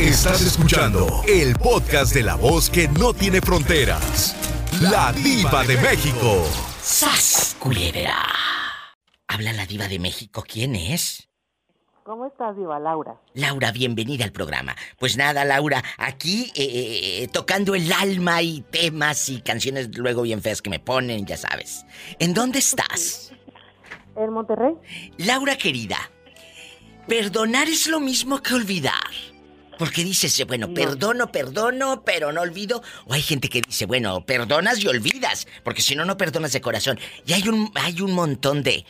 Estás escuchando el podcast de la voz que no tiene fronteras. La Diva de México. ¡Sas, culebra! Habla la Diva de México. ¿Quién es? ¿Cómo estás, Diva? Laura. Laura, bienvenida al programa. Pues nada, Laura, aquí tocando el alma y temas y canciones luego bien feas que me ponen, ya sabes. ¿En dónde estás? ¿En Monterrey? Laura, querida, perdonar es lo mismo que olvidar. Porque dices, bueno, no. perdono, pero no olvido. O hay gente que dice, bueno, perdonas y olvidas, porque si no, no perdonas de corazón. Y hay un montón de...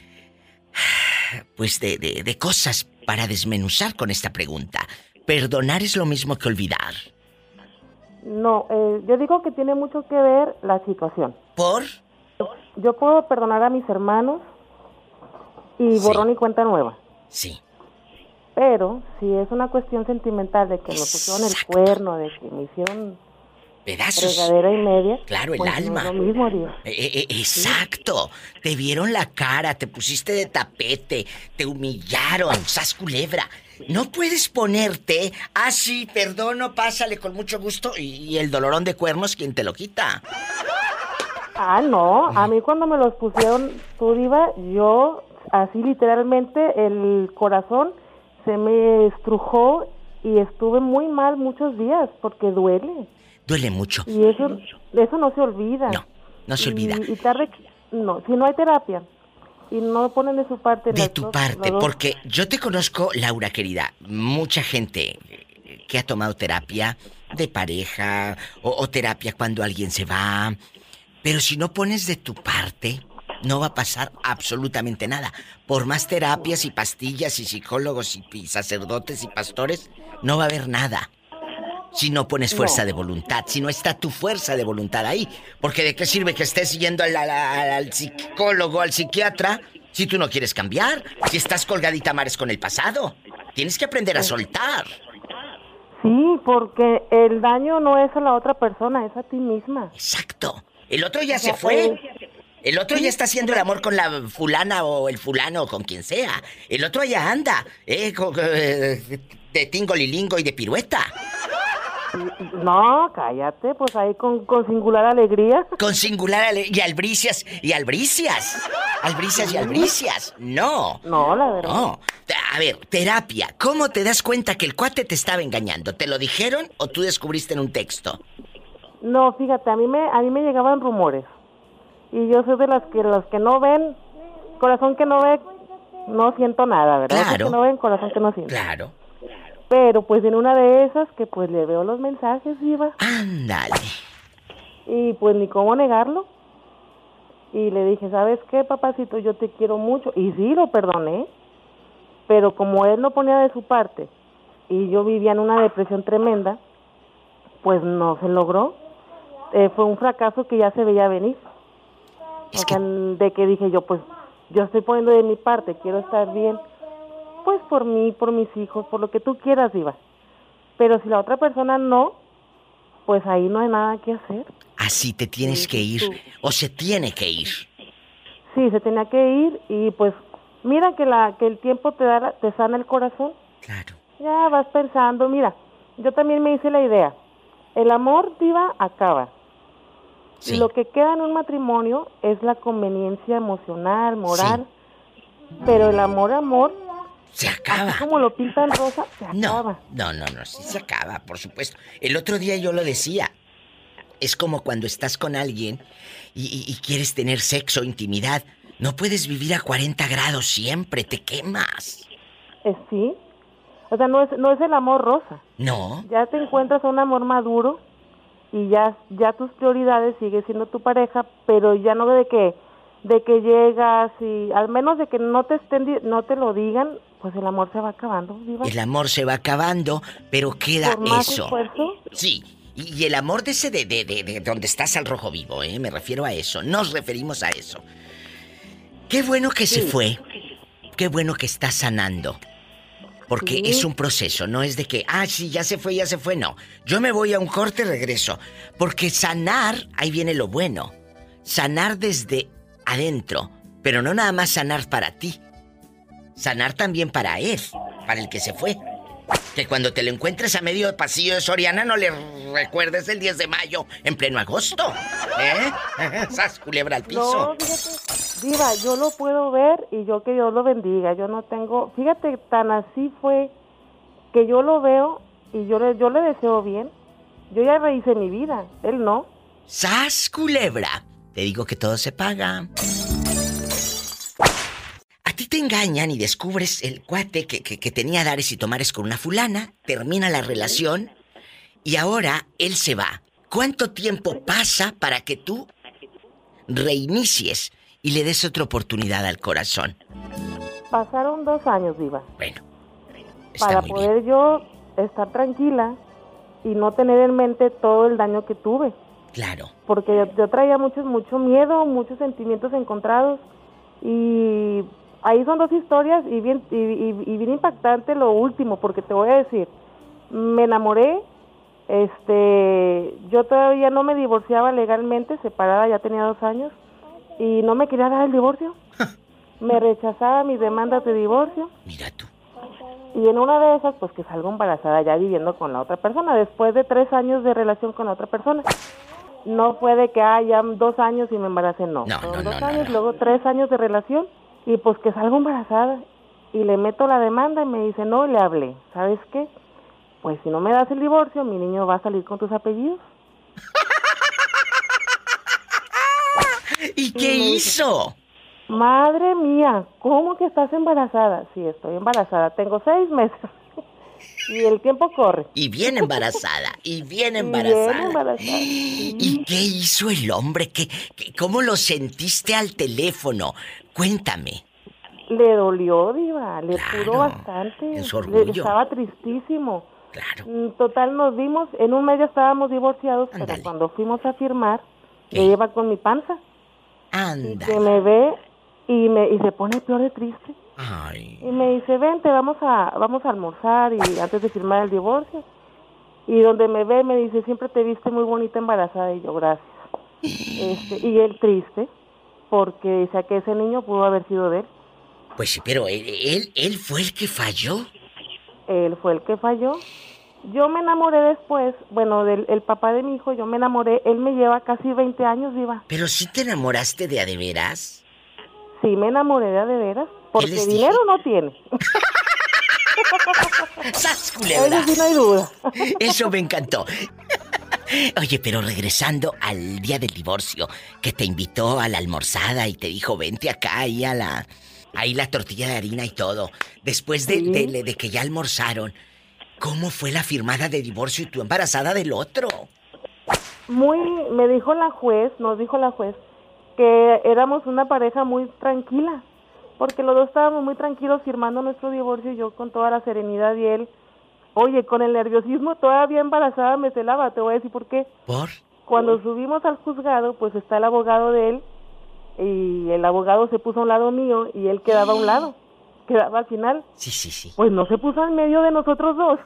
pues de cosas para desmenuzar con esta pregunta. ¿Perdonar es lo mismo que olvidar? No, yo digo que tiene mucho que ver la situación. ¿Por? Yo puedo perdonar a mis hermanos y borrón y cuenta nueva. Sí. Pero si es una cuestión sentimental de que me pusieron el cuerno, de que me hicieron pedazos, regadera y media, claro, el pues alma. No es lo mismo, Dios. Exacto. ¿Sí? Te vieron la cara, te pusiste de tapete, te humillaron, sas culebra. No puedes ponerte, sí, perdono, pásale con mucho gusto, y el dolorón de cuernos, ¿quién te lo quita? No, a mí cuando me los pusieron, tú, Diva, yo así literalmente el corazón se me estrujó y estuve muy mal muchos días porque duele. Duele mucho. Y eso no se olvida. No se olvida. Y tarde, no, si no hay terapia y no ponen de su parte. De tu parte, porque yo te conozco, Laura, querida, mucha gente que ha tomado terapia de pareja o terapia cuando alguien se va, pero si no pones de tu parte, no va a pasar absolutamente nada. Por más terapias y pastillas y psicólogos y sacerdotes y pastores, no va a haber nada. Si no pones fuerza de voluntad, si no está tu fuerza de voluntad ahí. Porque ¿de qué sirve que estés yendo al psicólogo, al psiquiatra, si tú no quieres cambiar? Si estás colgadita mares con el pasado. Tienes que aprender a soltar. Sí, porque el daño no es a la otra persona, es a ti misma. Exacto. El otro ya se fue. El otro ya está haciendo el amor con la fulana o el fulano o con quien sea. El otro ya anda, de tingolilingo y de pirueta. No, cállate, pues ahí con singular alegría. Con singular alegría. Y albricias. Albricias y albricias. No. No, la verdad. No. A ver, terapia. ¿Cómo te das cuenta que el cuate te estaba engañando? ¿Te lo dijeron o tú descubriste en un texto? No, fíjate, a mí me llegaban rumores. Y yo soy de los que no ven, corazón que no ve, no siento nada, ¿verdad? Claro. Los que no ven, corazón que no siente. Claro. Pero pues en una de esas que pues le veo los mensajes, Diva. Ándale. Y pues ni cómo negarlo. Y le dije, ¿sabes qué, papacito? Yo te quiero mucho. Y sí, lo perdoné. Pero como él no ponía de su parte y yo vivía en una depresión tremenda, pues no se logró. Fue un fracaso que ya se veía venir. O sea, de que dije yo, pues yo estoy poniendo de mi parte, quiero estar bien. Pues por mí, por mis hijos, por lo que tú quieras, Diva. Pero si la otra persona no, pues ahí no hay nada que hacer. Así te tienes que ir, o se tiene que ir. Sí, se tenía que ir y pues mira que el tiempo te sana el corazón. Claro. Ya vas pensando, mira, yo también me hice la idea. El amor, Diva, acaba. Sí. Lo que queda en un matrimonio es la conveniencia emocional, moral, sí. Pero el amor se acaba. Así como lo pintan rosa, se acaba. No, sí se acaba, por supuesto. El otro día yo lo decía. Es como cuando estás con alguien y quieres tener sexo, intimidad. No puedes vivir a 40 grados siempre, te quemas. Sí. O sea, no es el amor rosa. No. Ya te encuentras a un amor maduro y ya tus prioridades sigue siendo tu pareja, pero ya no de que llegas y al menos de que no te lo digan, pues el amor se va acabando, Diva. El amor se va acabando, pero queda ¿por más eso. esfuerzo? Sí. Y el amor de ese de donde estás al rojo vivo, me refiero a eso. Nos referimos a eso. Qué bueno que se fue. Qué bueno que está sanando. Porque es un proceso, no es de que, sí, ya se fue, no. Yo me voy a un corte y regreso. Porque sanar, ahí viene lo bueno. Sanar desde adentro, pero no nada más sanar para ti. Sanar también para él, para el que se fue. Que cuando te lo encuentres a medio pasillo de Soriana no le recuerdes el 10 de mayo en pleno agosto. ¡Sas, culebra al piso! No, fíjate, Diva, yo lo puedo ver y yo que Dios lo bendiga. Yo no tengo... Fíjate, tan así fue que yo lo veo y yo le deseo bien. Yo ya rehice mi vida, él no. ¡Sas, culebra! Te digo que todo se paga. A ti te engañan y descubres el cuate que tenía dares y tomares con una fulana, termina la relación y ahora él se va. ¿Cuánto tiempo pasa para que tú reinicies y le des otra oportunidad al corazón? Pasaron 2 años, Diva. Bueno, está para muy poder bien. yo estar tranquila y no tener en mente todo el daño que tuve. Claro. Porque yo traía mucho miedo, muchos sentimientos encontrados y ahí son 2 historias y bien impactante lo último, porque te voy a decir, me enamoré, yo todavía no me divorciaba legalmente, separada, ya tenía 2 años y no me quería dar el divorcio. Me rechazaba mis demandas de divorcio. Mira tú. Y en una de esas, pues que salgo embarazada ya viviendo con la otra persona, después de 3 años de relación con la otra persona. No fue de que ya 2 años y me embaracé, no. Fueron 2 años, luego 3 años de relación y pues que salgo embarazada. Y le meto la demanda y me dice, no, y le hablé. ¿Sabes qué? Pues si no me das el divorcio, mi niño va a salir con tus apellidos. ¿Y qué hizo? Madre mía, ¿cómo que estás embarazada? Sí, estoy embarazada, tengo 6 meses. Y el tiempo corre. Y bien embarazada, y bien embarazada. Bien embarazada. Sí. ¿Y qué hizo el hombre? ¿Cómo lo sentiste al teléfono? Cuéntame. Le dolió, Diva, le Claro, pudo bastante. en su orgullo. Estaba tristísimo. Claro. Total, nos vimos, en un mes ya estábamos divorciados, Ándale. pero cuando fuimos a firmar, ¿Qué? le lleva con mi panza. Y Anda. que me ve y se pone peor de triste. Ay. Y me dice, vente, vamos a almorzar y antes de firmar el divorcio. Y donde me ve me dice, siempre te viste muy bonita embarazada. Y yo, gracias. Y él triste, porque decía que ese niño pudo haber sido de él. Pues sí, pero él fue el que falló. Él fue el que falló. Yo me enamoré después, bueno, del el papá de mi hijo, yo me enamoré. Él me lleva casi 20 años, Diva. Pero sí te enamoraste de a de veras. Sí, me enamoré de veras, porque les dije? dinero no tiene. ¡Sas, culebra! Eso sí no hay duda. Eso me encantó. Oye, pero regresando al día del divorcio, que te invitó a la almorzada y te dijo, vente acá, ahí la tortilla de harina y todo. Después de que ya almorzaron, ¿cómo fue la firmada de divorcio y tú embarazada del otro? Me dijo la juez, nos dijo la juez, que éramos una pareja muy tranquila, porque los dos estábamos muy tranquilos firmando nuestro divorcio, yo con toda la serenidad y él, oye, con el nerviosismo todavía embarazada me celaba, te voy a decir por qué. ¿Por? Cuando subimos al juzgado, pues está el abogado de él, y el abogado se puso a un lado mío, y él quedaba a un lado, quedaba al final. Sí. Pues no se puso en medio de nosotros dos.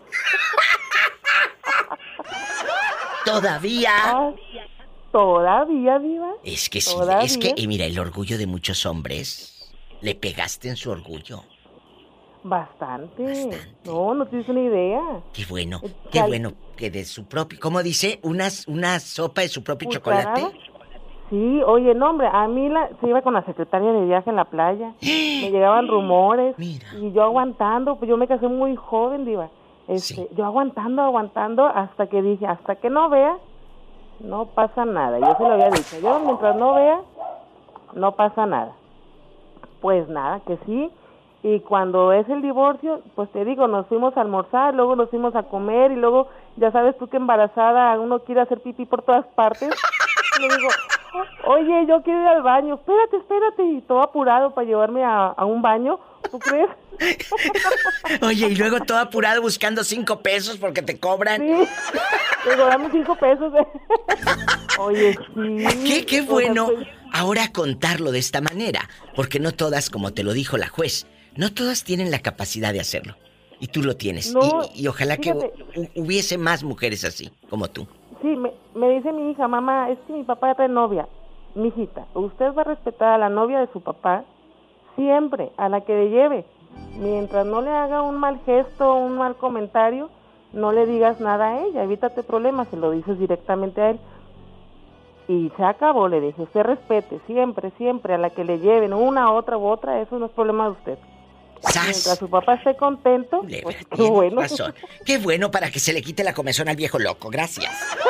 ¿Todavía? Todavía, Diva. Es que sí, ¿Todavía? es que, mira, el orgullo de muchos hombres, le pegaste en su orgullo. Bastante. No tienes una idea. Qué bueno que de su propio, ¿cómo dice? Una sopa de su propio ¿Cucharada? chocolate. Sí, oye, no, hombre, a mí se iba con la secretaria de viaje en la playa, me llegaban rumores, Mira. y yo aguantando, pues yo me casé muy joven, Diva, Sí. yo aguantando, hasta que dije, hasta que no vea, no pasa nada, yo se lo había dicho, yo mientras no vea, no pasa nada. Pues nada, que sí, y cuando es el divorcio, pues te digo, nos fuimos a almorzar, luego nos fuimos a comer, y luego, ya sabes tú que embarazada uno quiere hacer pipí por todas partes, y le digo, oye, yo quiero ir al baño, espérate, y todo apurado para llevarme a un baño, ¿tú crees? Oye, y luego todo apurado buscando 5 pesos porque te cobran. Sí, digo, dame 5 pesos. Oye, sí. Qué bueno O sea, pues, ahora contarlo de esta manera, porque no todas, como te lo dijo la juez, no todas tienen la capacidad de hacerlo. Y tú lo tienes. No, y ojalá fíjate. que hubiese más mujeres así, como tú. Sí, me dice mi hija, mamá, es que mi papá ya trae novia. Mijita, usted va a respetar a la novia de su papá siempre, a la que le lleve. Mientras no le haga un mal gesto, un mal comentario, no le digas nada a ella, evítate problemas, se lo dices directamente a él. Y se acabó, le dije, usted respete siempre, siempre a la que le lleven una, otra u otra, eso no es problema de usted. ¡Sas! Mientras su papá esté contento, pues qué bueno. Razón. Qué bueno para que se le quite la comezón al viejo loco, gracias.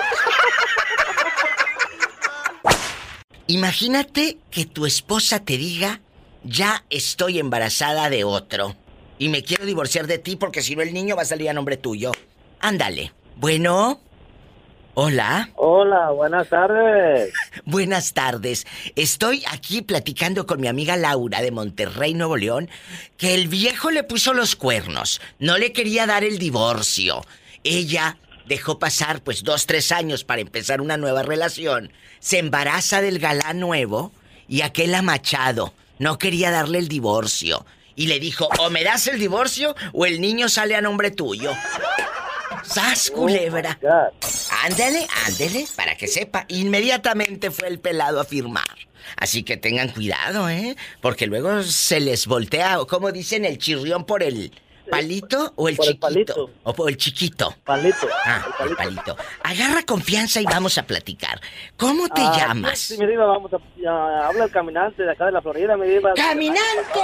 Imagínate que tu esposa te diga, ya estoy embarazada de otro y me quiero divorciar de ti porque si no el niño va a salir a nombre tuyo. Ándale. Bueno. Hola. Hola, buenas tardes. Buenas tardes. Estoy aquí platicando con mi amiga Laura de Monterrey, Nuevo León, que el viejo le puso los cuernos. No le quería dar el divorcio. Ella dejó pasar pues 2, 3 años para empezar una nueva relación. Se embaraza del galán nuevo y aquel amachado no quería darle el divorcio. Y le dijo, o me das el divorcio o el niño sale a nombre tuyo. ¡Sas, culebra! Ándele, ándele, para que sepa. Inmediatamente fue el pelado a firmar. Así que tengan cuidado, ¿eh? Porque luego se les voltea, o como dicen, el chirrión por el palito o el por chiquito. El palito. O por el chiquito. Palito. Ah, el palito. Agarra confianza y vamos a platicar. ¿Cómo te llamas? Sí, mi diva, vamos a habla el caminante de acá de la Florida, mi diva. ¡Caminante!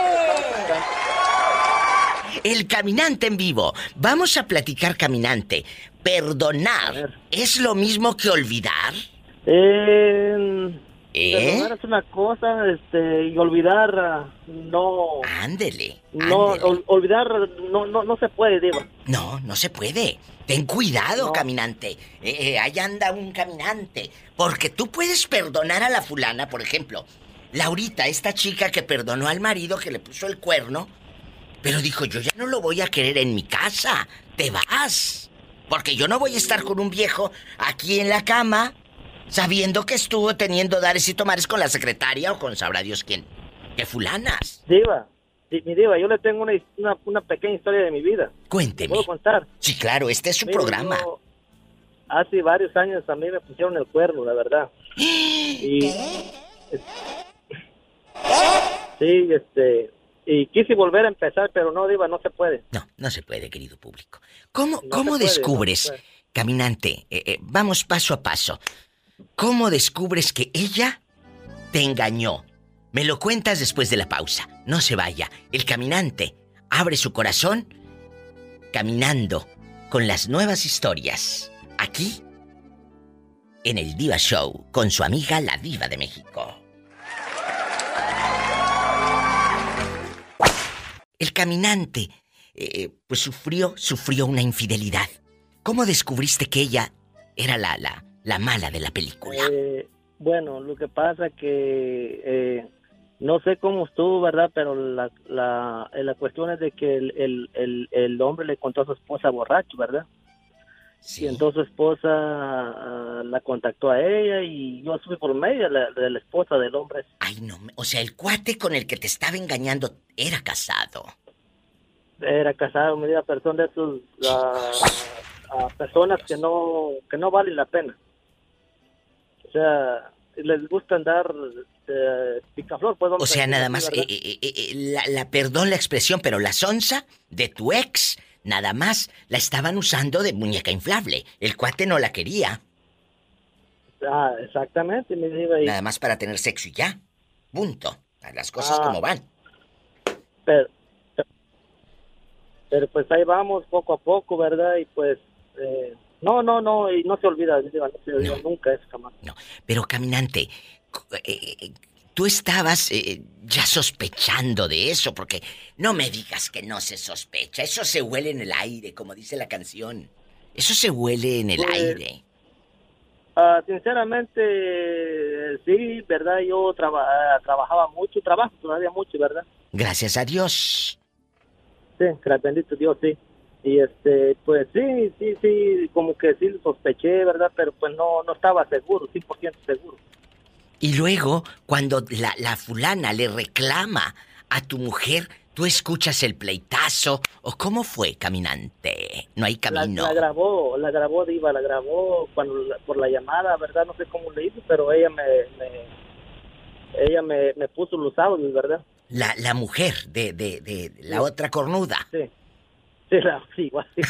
El caminante en vivo. Vamos a platicar, caminante. ¿Perdonar es lo mismo que olvidar? Perdonar es una cosa, y olvidar, no. Ándele. No, olvidar no se puede, diva. No, no se puede. Ten cuidado, caminante. Ahí anda un caminante. Porque tú puedes perdonar a la fulana, por ejemplo. Laurita, esta chica que perdonó al marido que le puso el cuerno, pero dijo, yo ya no lo voy a querer en mi casa. Te vas. Porque yo no voy a estar con un viejo aquí en la cama sabiendo que estuvo teniendo dares y tomares con la secretaria o con sabrá Dios quién. ¡Qué fulanas! Diva, mi diva, yo le tengo una pequeña historia de mi vida. Cuénteme. ¿Puedo contar? Sí, claro, este es su programa. Hace varios años a mí me pusieron el cuerno, la verdad. Y... Sí, y quise volver a empezar, pero no, diva, no se puede. No, no se puede, querido público. ¿Cómo descubres, caminante? Vamos paso a paso. ¿Cómo descubres que ella te engañó? Me lo cuentas después de la pausa. No se vaya. El caminante abre su corazón caminando con las nuevas historias. Aquí, en el Diva Show, con su amiga la Diva de México. El caminante, pues sufrió una infidelidad. ¿Cómo descubriste que ella era la mala de la película? Bueno, lo que pasa que no sé cómo estuvo, ¿verdad? Pero la cuestión es de que el hombre le contó a su esposa borracho, ¿verdad? Sí. Y entonces su esposa la contactó a ella y yo estuve por medio de la esposa del hombre. Ay, no, o sea, el cuate con el que te estaba engañando era casado. Era casado, me diga, persona de esos personas que no valen la pena. O sea, les gusta andar picaflor, pues. O sea, nada más, perdón la expresión, pero la sonza de tu ex, nada más la estaban usando de muñeca inflable. El cuate no la quería. Ah, exactamente, me diga. Nada más para tener sexo y ya. Punto. Las cosas como van. Pero pues ahí vamos, poco a poco, ¿verdad? Y pues, no, y no se olvida, no se olvida nunca eso, jamás. No, pero caminante, tú estabas ya sospechando de eso, porque no me digas que no se sospecha, eso se huele en el aire, como dice la canción. Eso se huele en el aire. Sinceramente, sí, ¿verdad? Yo trabajaba mucho, trabajo todavía mucho, ¿verdad? Gracias a Dios. Sí, gracias bendito Dios, sí. Y pues sí, como que sí sospeché, ¿verdad? Pero pues no estaba seguro, 100% seguro. Y luego, cuando la fulana le reclama a tu mujer, ¿tú escuchas el pleitazo? ¿O cómo fue, caminante? No hay camino. La grabó, diva, la grabó por la llamada, ¿verdad? No sé cómo le hizo, pero ella me puso los audios, ¿verdad? La mujer de la otra cornuda. Sí, sí, igual. Sí.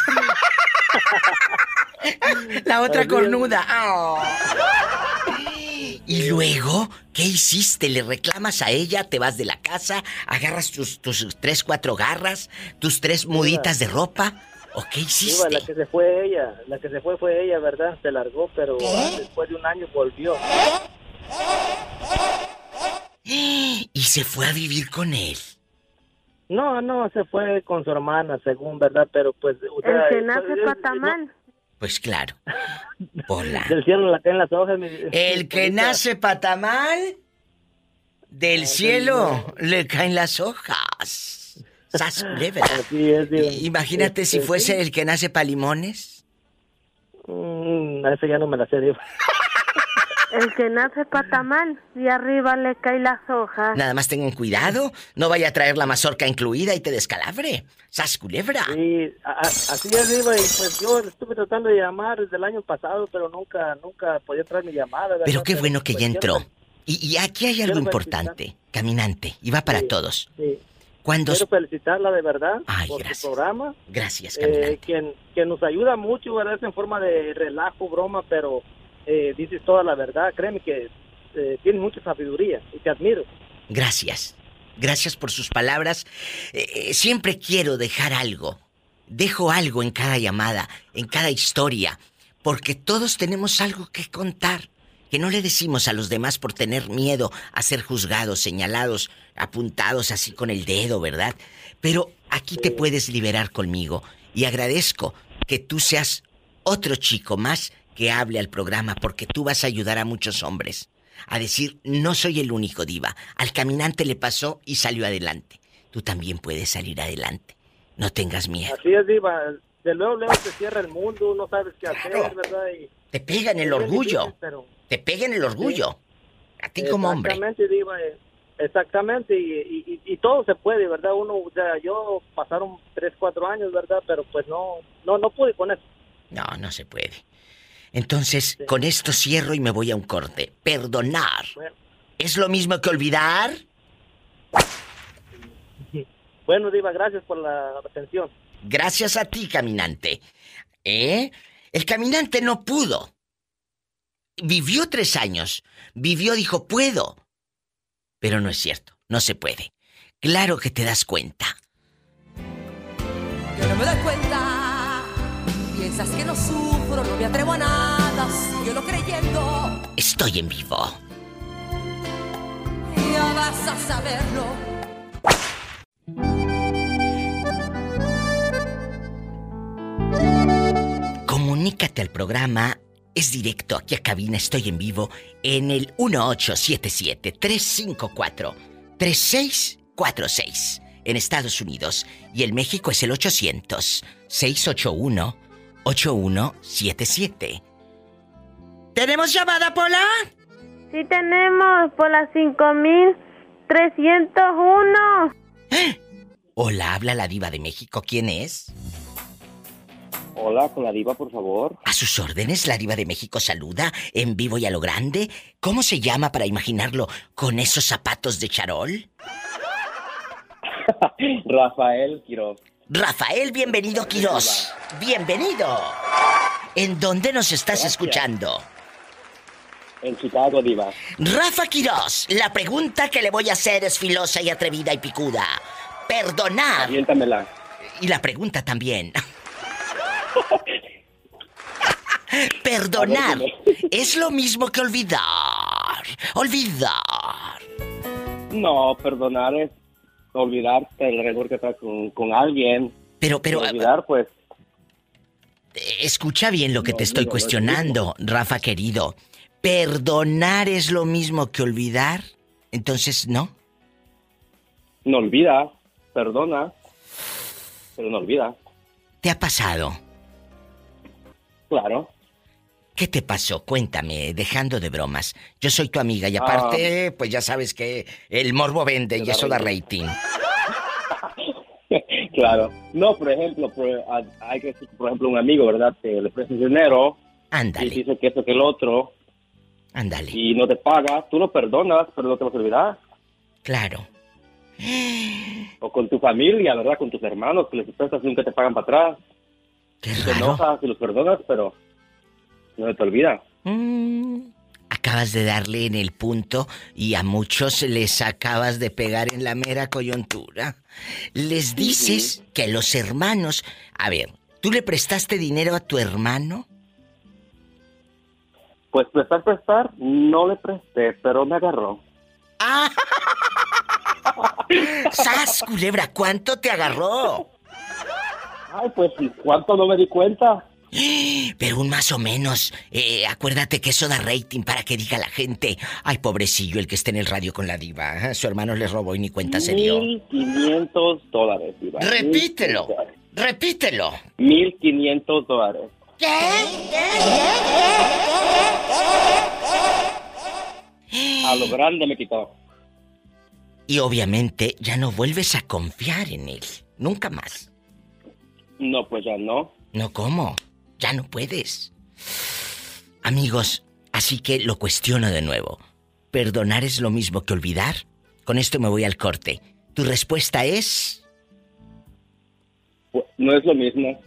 La otra Así cornuda. Oh. Y luego, ¿qué hiciste? ¿Le reclamas a ella? ¿Te vas de la casa? ¿Agarras tus 3, 4 garras? ¿Tus 3 muditas de ropa? ¿O qué hiciste? La que se fue ella, ¿verdad? Se largó, pero después de un año volvió. Y se fue a vivir con él. No, se fue con su hermana, según, ¿verdad? Pero pues... El que nace patamán. Pues claro. Hola. Del cielo la caen las hojas. El que nace patamal, del cielo le caen las hojas. ¡Sas, culebra! Así es, Dios. Imagínate si fuese el que nace pa' limones. Eso ya no me la sé, Dios. El que nace patamán y arriba le caen las hojas. Nada más tengan cuidado, no vaya a traer la mazorca incluida y te descalabre. ¡Sas, culebra! Sí, así es, Diva, y pues yo estuve tratando de llamar desde el año pasado, pero nunca podía traer mi llamada, ¿verdad? Pero qué bueno que pues, ya entró. Y aquí hay algo importante, caminante, y va para todos. Sí. Cuando... Quiero felicitarla de verdad por gracias. su programa. Gracias, caminante. Que nos ayuda mucho, ¿verdad? Es en forma de relajo, broma, pero dices toda la verdad. Créeme que tienes mucha sabiduría y te admiro. Gracias. Gracias por sus palabras. Siempre quiero dejar algo. Dejo algo en cada llamada, en cada historia, porque todos tenemos algo que contar, que no le decimos a los demás por tener miedo a ser juzgados, señalados, apuntados así con el dedo, ¿verdad? Pero aquí te puedes liberar conmigo y agradezco que tú seas otro chico más que hable al programa, porque tú vas a ayudar a muchos hombres a decir, no soy el único, Diva. Al caminante le pasó y salió adelante. Tú también puedes salir adelante. No tengas miedo. Así es, Diva. De luego se cierra el mundo, no sabes qué hacer, ¿verdad? Y te pega en el orgullo. Difícil, pero... Te pega en el orgullo. Sí. A ti como hombre. Exactamente, Diva. Exactamente. Y todo se puede, ¿verdad? Uno, o sea, yo pasaron 3, 4 años, ¿verdad? Pero pues no pude con eso. No se puede. Entonces, con esto cierro y me voy a un corte. Perdonar. Bueno. ¿Es lo mismo que olvidar? Bueno, Diva, gracias por la atención. Gracias a ti, caminante. El caminante no pudo. Vivió 3 años. Dijo, puedo. Pero no es cierto, no se puede. Claro que te das cuenta. Yo no me doy cuenta. Piensas que no sufro, no me atrevo a nada. Síguelo creyendo. Estoy en vivo. Ya vas a saberlo. Comunícate al programa. Es directo aquí a cabina, estoy en vivo en el 1877-354-3646 en Estados Unidos, y en México es el 800-681-8177. ¿Tenemos llamada, Pola? Sí tenemos, Pola 5301. Hola, habla la Diva de México, ¿quién es? Hola, con la Diva, por favor. A sus órdenes, la Diva de México saluda en vivo y a lo grande. ¿Cómo se llama para imaginarlo con esos zapatos de charol? Rafael Quiroz. Rafael, bienvenido, Quiroz. Bienvenido. ¿En dónde nos estás escuchando? En Chicago, Diva. Rafa Quiroz, la pregunta que le voy a hacer es filosa y atrevida y picuda. Perdonar. Aviéntamela. Y la pregunta también. Perdonar es lo mismo que olvidar. Olvidar. No, perdonar es olvidarte el rencor que estás con alguien. Pero olvidar, pues. Escucha bien lo que te estoy cuestionando, Rafa querido. ¿Perdonar es lo mismo que olvidar? Entonces, ¿no? No olvida, perdona, pero no olvida. ¿Te ha pasado? Claro. ¿Qué te pasó? Cuéntame, dejando de bromas. Yo soy tu amiga y aparte, pues ya sabes que el morbo vende y eso da rating. Claro. No, por ejemplo, hay que, por ejemplo, un amigo, ¿verdad? Te le prestas dinero. Ándale. Y dice que esto, que el otro. Ándale. Y no te paga. Tú lo perdonas, pero no te vas a olvidar. Claro. O con tu familia, ¿verdad? Con tus hermanos, que les prestas y nunca te pagan para atrás. Qué Te raro. enojas y los perdonas, pero no se te olvida. Acabas de darle en el punto y a muchos les acabas de pegar en la mera coyuntura. Les dices que los hermanos... A ver, ¿tú le prestaste dinero a tu hermano? Pues prestar, no le presté, pero me agarró. ¡Ah! ¡Sas, culebra! ¿Cuánto te agarró? Ay, pues, ¿y cuánto no me di cuenta? Pero un más o menos. Acuérdate que eso da rating para que diga la gente: ay, pobrecillo el que esté en el radio con la diva. Su hermano le robó y ni cuenta se dio. $1,500, Diva. Repítelo. Repítelo. $1,500. A lo grande me quitó. Y obviamente ya no vuelves a confiar en él. Nunca más. No, pues ya no. No, ¿cómo? Ya no puedes. Amigos, así que lo cuestiono de nuevo. ¿Perdonar es lo mismo que olvidar? Con esto me voy al corte. ¿Tu respuesta es? Pues, no es lo mismo.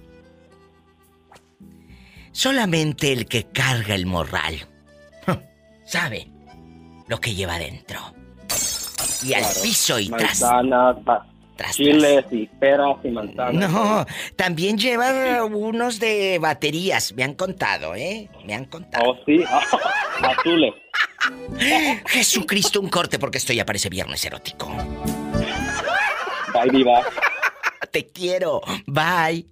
Solamente el que carga el morral sabe lo que lleva dentro. Y al piso y manzanas, tras. chiles y peras y manzanas. No, también lleva unos de baterías. Me han contado, ¿eh? Me han contado. Oh, sí. Azules. Jesucristo, un corte porque esto ya parece viernes erótico. Bye, Diva. Te quiero. Bye.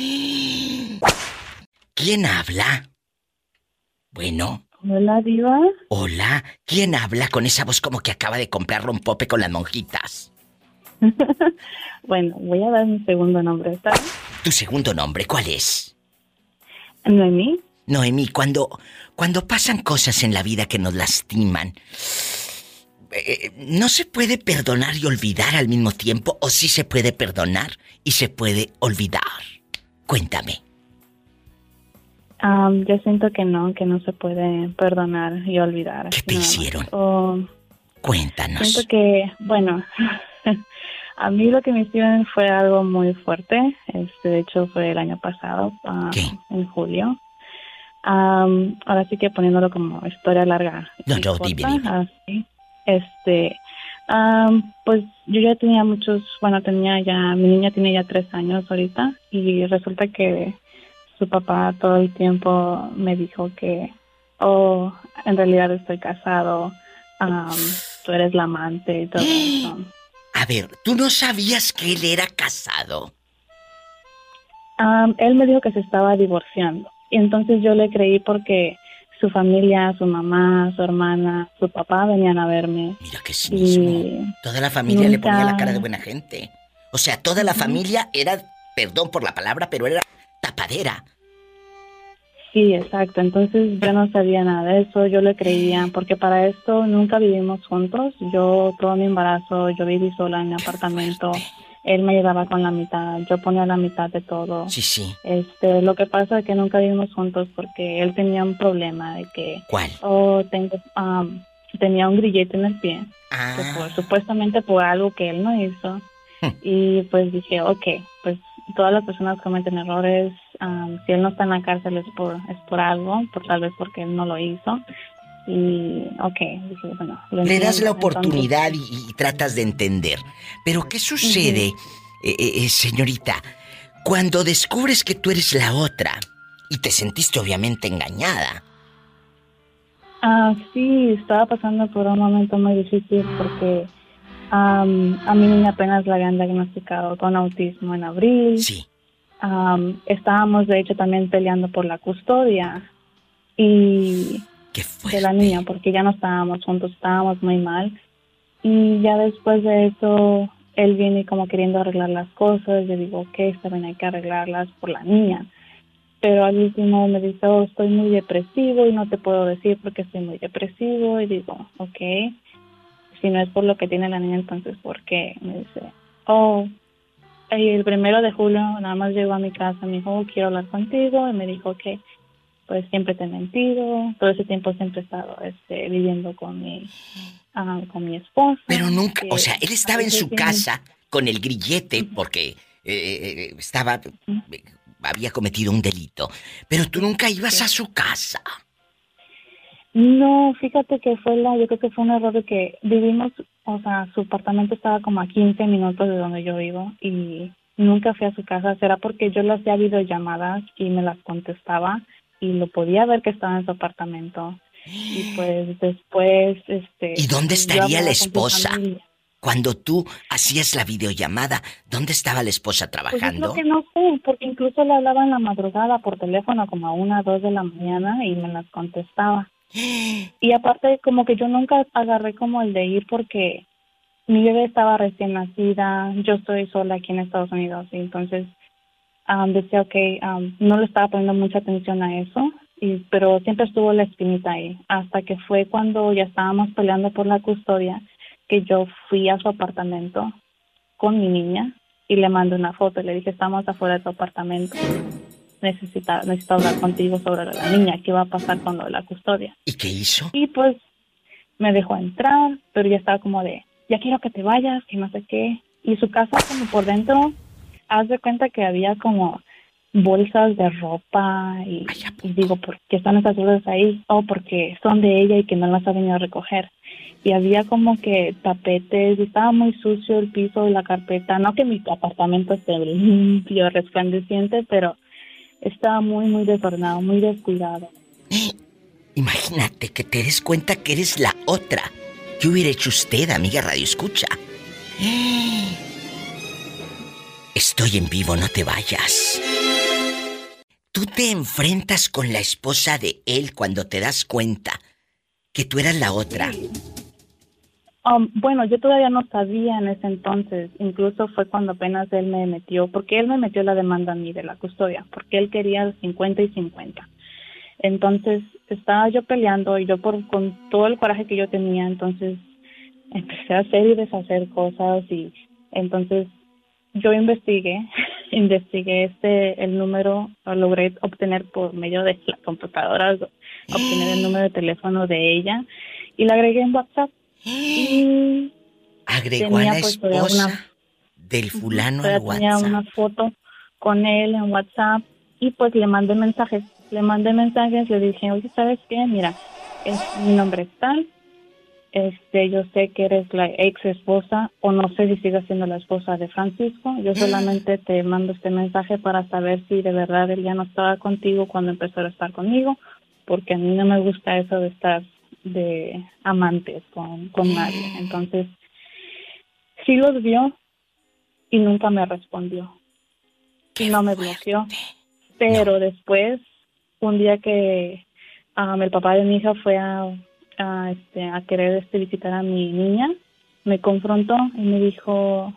¿Quién habla? Bueno. Hola, Diva. Hola. ¿Quién habla con esa voz como que acaba de comprar rompope con las monjitas? Bueno, voy a dar mi segundo nombre, ¿está bien? ¿Tu segundo nombre cuál es? Noemí. Noemí, cuando pasan cosas en la vida que nos lastiman, ¿no se puede perdonar y olvidar al mismo tiempo? ¿O sí se puede perdonar y se puede olvidar? Cuéntame. Yo siento que no se puede perdonar y olvidar. ¿Qué te hicieron? Cuéntanos. Siento que, bueno, a mí lo que me hicieron fue algo muy fuerte. De hecho, fue el año pasado, en julio. Ahora sí que poniéndolo como historia larga. No, dime. Así, pues yo ya tenía mi niña tiene ya 3 años ahorita, y resulta que su papá todo el tiempo me dijo que, en realidad estoy casado, tú eres la amante y todo eso. A ver, ¿tú no sabías que él era casado? Él me dijo que se estaba divorciando, y entonces yo le creí porque su familia, su mamá, su hermana, su papá venían a verme. Mira qué cinismo. Toda la familia le ponía la cara de buena gente. O sea, toda la familia era, perdón por la palabra, pero era tapadera. Sí, exacto. Entonces yo no sabía nada de eso, yo le creía, porque para esto nunca vivimos juntos. Yo todo mi embarazo, yo viví sola en mi apartamento. Él me ayudaba con la mitad, yo ponía la mitad de todo. Sí. Lo que pasa es que nunca vivimos juntos porque él tenía un problema de que... ¿Cuál? Tenía un grillete en el pie. Que supuestamente por algo que él no hizo. Y pues dije, pues todas las personas cometen errores. Si él no está en la cárcel es por algo, tal vez porque él no lo hizo. Y, dije, bueno... Le das la oportunidad y tratas de entender. Pero, ¿qué sucede, señorita, cuando descubres que tú eres la otra y te sentiste obviamente engañada? Sí, estaba pasando por un momento muy difícil porque a mi niña apenas la habían diagnosticado con autismo en abril. Sí. Estábamos, de hecho, también peleando por la custodia de la niña, porque ya no estábamos juntos, estábamos muy mal. Y ya después de eso, él viene como queriendo arreglar las cosas. Yo digo, está bien, hay que arreglarlas por la niña. Pero al último me dice, estoy muy depresivo y no te puedo decir porque estoy muy depresivo. Y digo, si no es por lo que tiene la niña, entonces ¿por qué? Me dice, y el 1 de julio nada más llegó a mi casa, me dijo, quiero hablar contigo. Y me dijo, pues siempre te he mentido, todo ese tiempo siempre he estado viviendo con mi esposo. Pero nunca, o sea, él a estaba en veces su sí. casa con el grillete porque había cometido un delito. Pero tú nunca ibas a su casa. No, fíjate que yo creo que fue un error de que vivimos, o sea, su apartamento estaba como a 15 minutos de donde yo vivo y nunca fui a su casa. Será porque yo le hacía videollamadas y me las contestaba y lo podía ver que estaba en su apartamento. Y pues después, ¿Y dónde yo estaría hablaba la con su esposa? familia. Cuando tú hacías la videollamada, ¿dónde estaba la esposa Pues trabajando? es lo que no sé, porque incluso le hablaba en la madrugada por teléfono como a 1, 2 de la mañana y me las contestaba. Y aparte como que yo nunca agarré como el de ir porque mi bebé estaba recién nacida, yo estoy sola aquí en Estados Unidos y entonces decía no le estaba poniendo mucha atención a eso, pero siempre estuvo la espinita ahí, hasta que fue cuando ya estábamos peleando por la custodia que yo fui a su apartamento con mi niña y le mandé una foto y le dije, estamos afuera de tu apartamento. Necesito hablar contigo sobre la niña, qué va a pasar con lo de la custodia. ¿Y qué hizo? Y pues me dejó entrar, pero ya estaba como de, ya quiero que te vayas, y no sé qué. Y su casa como por dentro, haz de cuenta que había como bolsas de ropa y digo, ¿por qué están esas bolsas ahí? Oh, porque son de ella y que no las ha venido a recoger. Y había como que tapetes y estaba muy sucio el piso y la carpeta. No que mi apartamento esté limpio, resplandeciente, pero estaba muy, muy desordenado, muy descuidado. Imagínate que te des cuenta que eres la otra. ¿Qué hubiera hecho usted, amiga Radio Escucha? Estoy en vivo, no te vayas. Tú te enfrentas con la esposa de él cuando te das cuenta que tú eras la otra. Bueno, yo todavía no sabía en ese entonces. Incluso fue cuando apenas él me metió, porque él me metió la demanda a mí de la custodia, porque él quería 50 y 50. Entonces estaba yo peleando y yo con todo el coraje que yo tenía, entonces empecé a hacer y deshacer cosas y entonces yo investigué el número, lo logré obtener por medio de la computadora, obtener el número de teléfono de ella y la agregué en WhatsApp. Y agregó a la pues, esposa del fulano al WhatsApp. Tenía una foto con él en WhatsApp y pues le mandé mensajes, le dije, oye, ¿sabes qué? Mira, mi nombre es tal, yo sé que eres la ex esposa o no sé si sigues siendo la esposa de Francisco, yo solamente te mando este mensaje para saber si de verdad él ya no estaba contigo cuando empezó a estar conmigo, porque a mí no me gusta eso de estar de amantes con nadie. Entonces sí los vio y nunca me respondió y no me bloqueó, pero después un día que el papá de mi hija fue a querer visitar a mi niña, me confrontó y me dijo,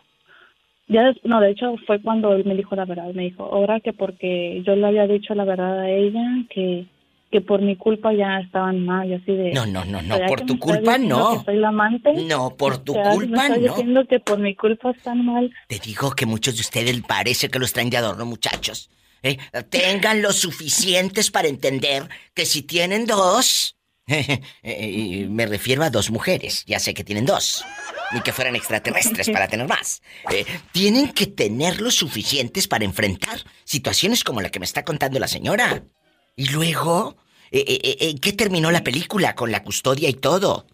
de hecho fue cuando él me dijo la verdad, me dijo, ahora que porque yo le había dicho la verdad a ella, que por mi culpa ya estaban mal y así de... No, por tu culpa no. Que soy la amante. No, por tu culpa me no. diciendo que por mi culpa están mal. Te digo que muchos de ustedes parece que los traen de adorno, muchachos. Tengan lo suficientes para entender que si tienen dos... me refiero a 2 mujeres, ya sé que tienen 2. Ni que fueran extraterrestres para tener más. Tienen que tener lo suficientes para enfrentar situaciones como la que me está contando la señora. Y luego... ¿qué terminó la película con la custodia y todo?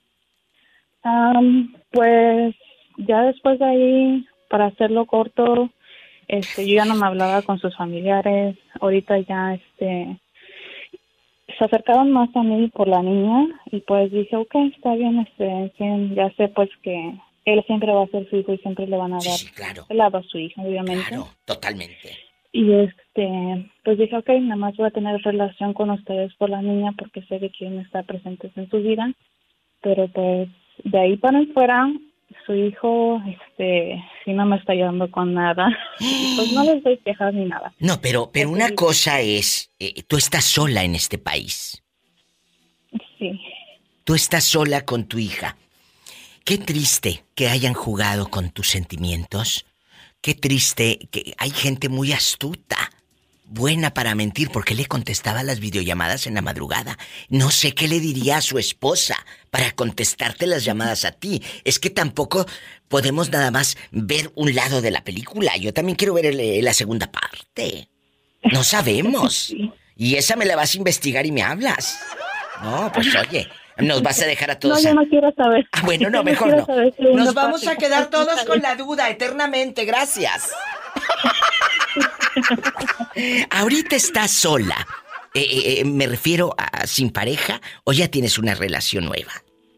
Pues ya después de ahí, para hacerlo corto, yo ya no me hablaba con sus familiares. Ahorita ya se acercaron más a mí por la niña y pues dije, okay, está bien, ya sé pues que él siempre va a ser su hijo y siempre le van a dar claro. el lado a su hija, obviamente. Claro, totalmente. Y pues dije, okay, nada más voy a tener relación con ustedes por la niña porque sé que quieren estar presentes en su vida. Pero pues de ahí para afuera, su hijo, sí no me está ayudando con nada. Pues no les doy quejas ni nada. No, pero una cosa es, tú estás sola en este país. Sí. Tú estás sola con tu hija. Qué triste que hayan jugado con tus sentimientos. Qué triste que hay gente muy astuta buena para mentir porque le contestaba las videollamadas en la madrugada. No sé qué le diría a su esposa para contestarte las llamadas a ti. Es que tampoco podemos nada más ver un lado de la película. Yo también quiero ver la segunda parte. No sabemos. Y esa me la vas a investigar y me hablas. No, pues oye, nos vas a dejar a todos... No, yo no quiero saber. Ah, bueno, no, mejor no. Nos vamos a quedar todos con la duda eternamente. Gracias. ¿Ahorita estás sola? Me refiero a sin pareja o ya tienes una relación nueva.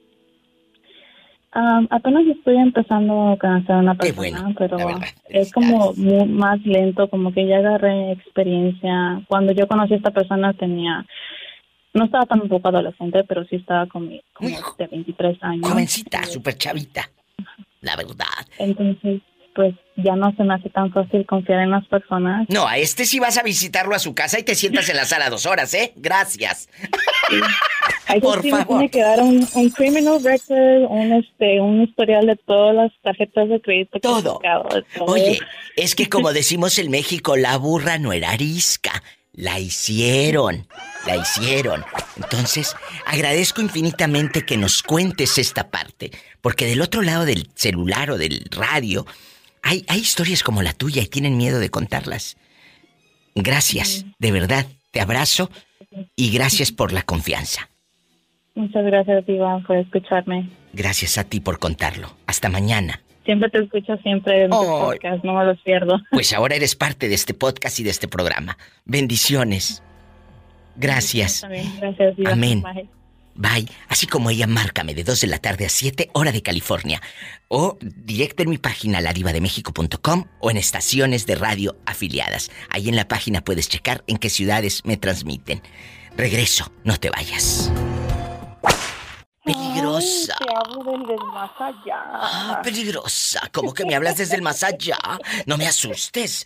Apenas estoy empezando a conocer a una persona, bueno, pero verdad, es como más lento, como que ya agarré experiencia. Cuando yo conocí a esta persona no estaba tan poco adolescente, pero sí estaba como de 23 años. Jovencita, súper chavita, la verdad. Entonces, pues ya no se me hace tan fácil confiar en las personas. No, a este sí vas a visitarlo a su casa y te sientas en la sala 2 horas, ¿eh? Gracias. Sí. Por sí favor. Tiene que dar un criminal record, un historial de todas las tarjetas de crédito. Todo. Todo. Oye, es que como decimos en México, la burra no era arisca. La hicieron. Entonces, agradezco infinitamente que nos cuentes esta parte, porque del otro lado del celular o del radio hay historias como la tuya y tienen miedo de contarlas. Gracias, de verdad, te abrazo y gracias por la confianza. Muchas gracias, Iván, por escucharme. Gracias a ti por contarlo. Hasta mañana. Siempre te escucho, siempre en tu podcast, no me los pierdo. Pues ahora eres parte de este podcast y de este programa. Bendiciones. Gracias. También, gracias, Iván. Amén. Bye. Bye. Así como ella, márcame de 2 de la tarde a 7, hora de California. O directo en mi página, ladivademexico.com, o en estaciones de radio afiliadas. Ahí en la página puedes checar en qué ciudades me transmiten. Regreso, no te vayas. Peligrosa. Ay, te hablo desde el más allá. Ah, peligrosa. ¿Cómo que me hablas desde el más allá? No me asustes.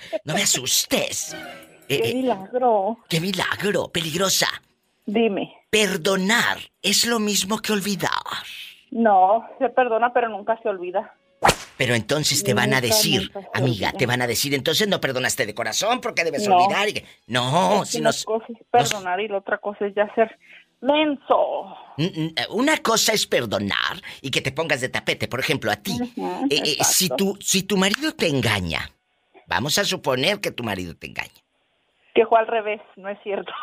¡Qué milagro! ¡Qué milagro! Peligrosa. Dime. Perdonar es lo mismo que olvidar. No, se perdona, pero nunca se olvida. Pero entonces te van a decir, amiga, te van a decir, entonces no perdonaste de corazón porque debes olvidar. No, si nos... Una cosa es perdonar y la otra cosa es ya ser menso. Una cosa es perdonar y que te pongas de tapete, por ejemplo, a ti. Si tu marido te engaña, vamos a suponer que tu marido te engaña. Que fue al revés, no es cierto.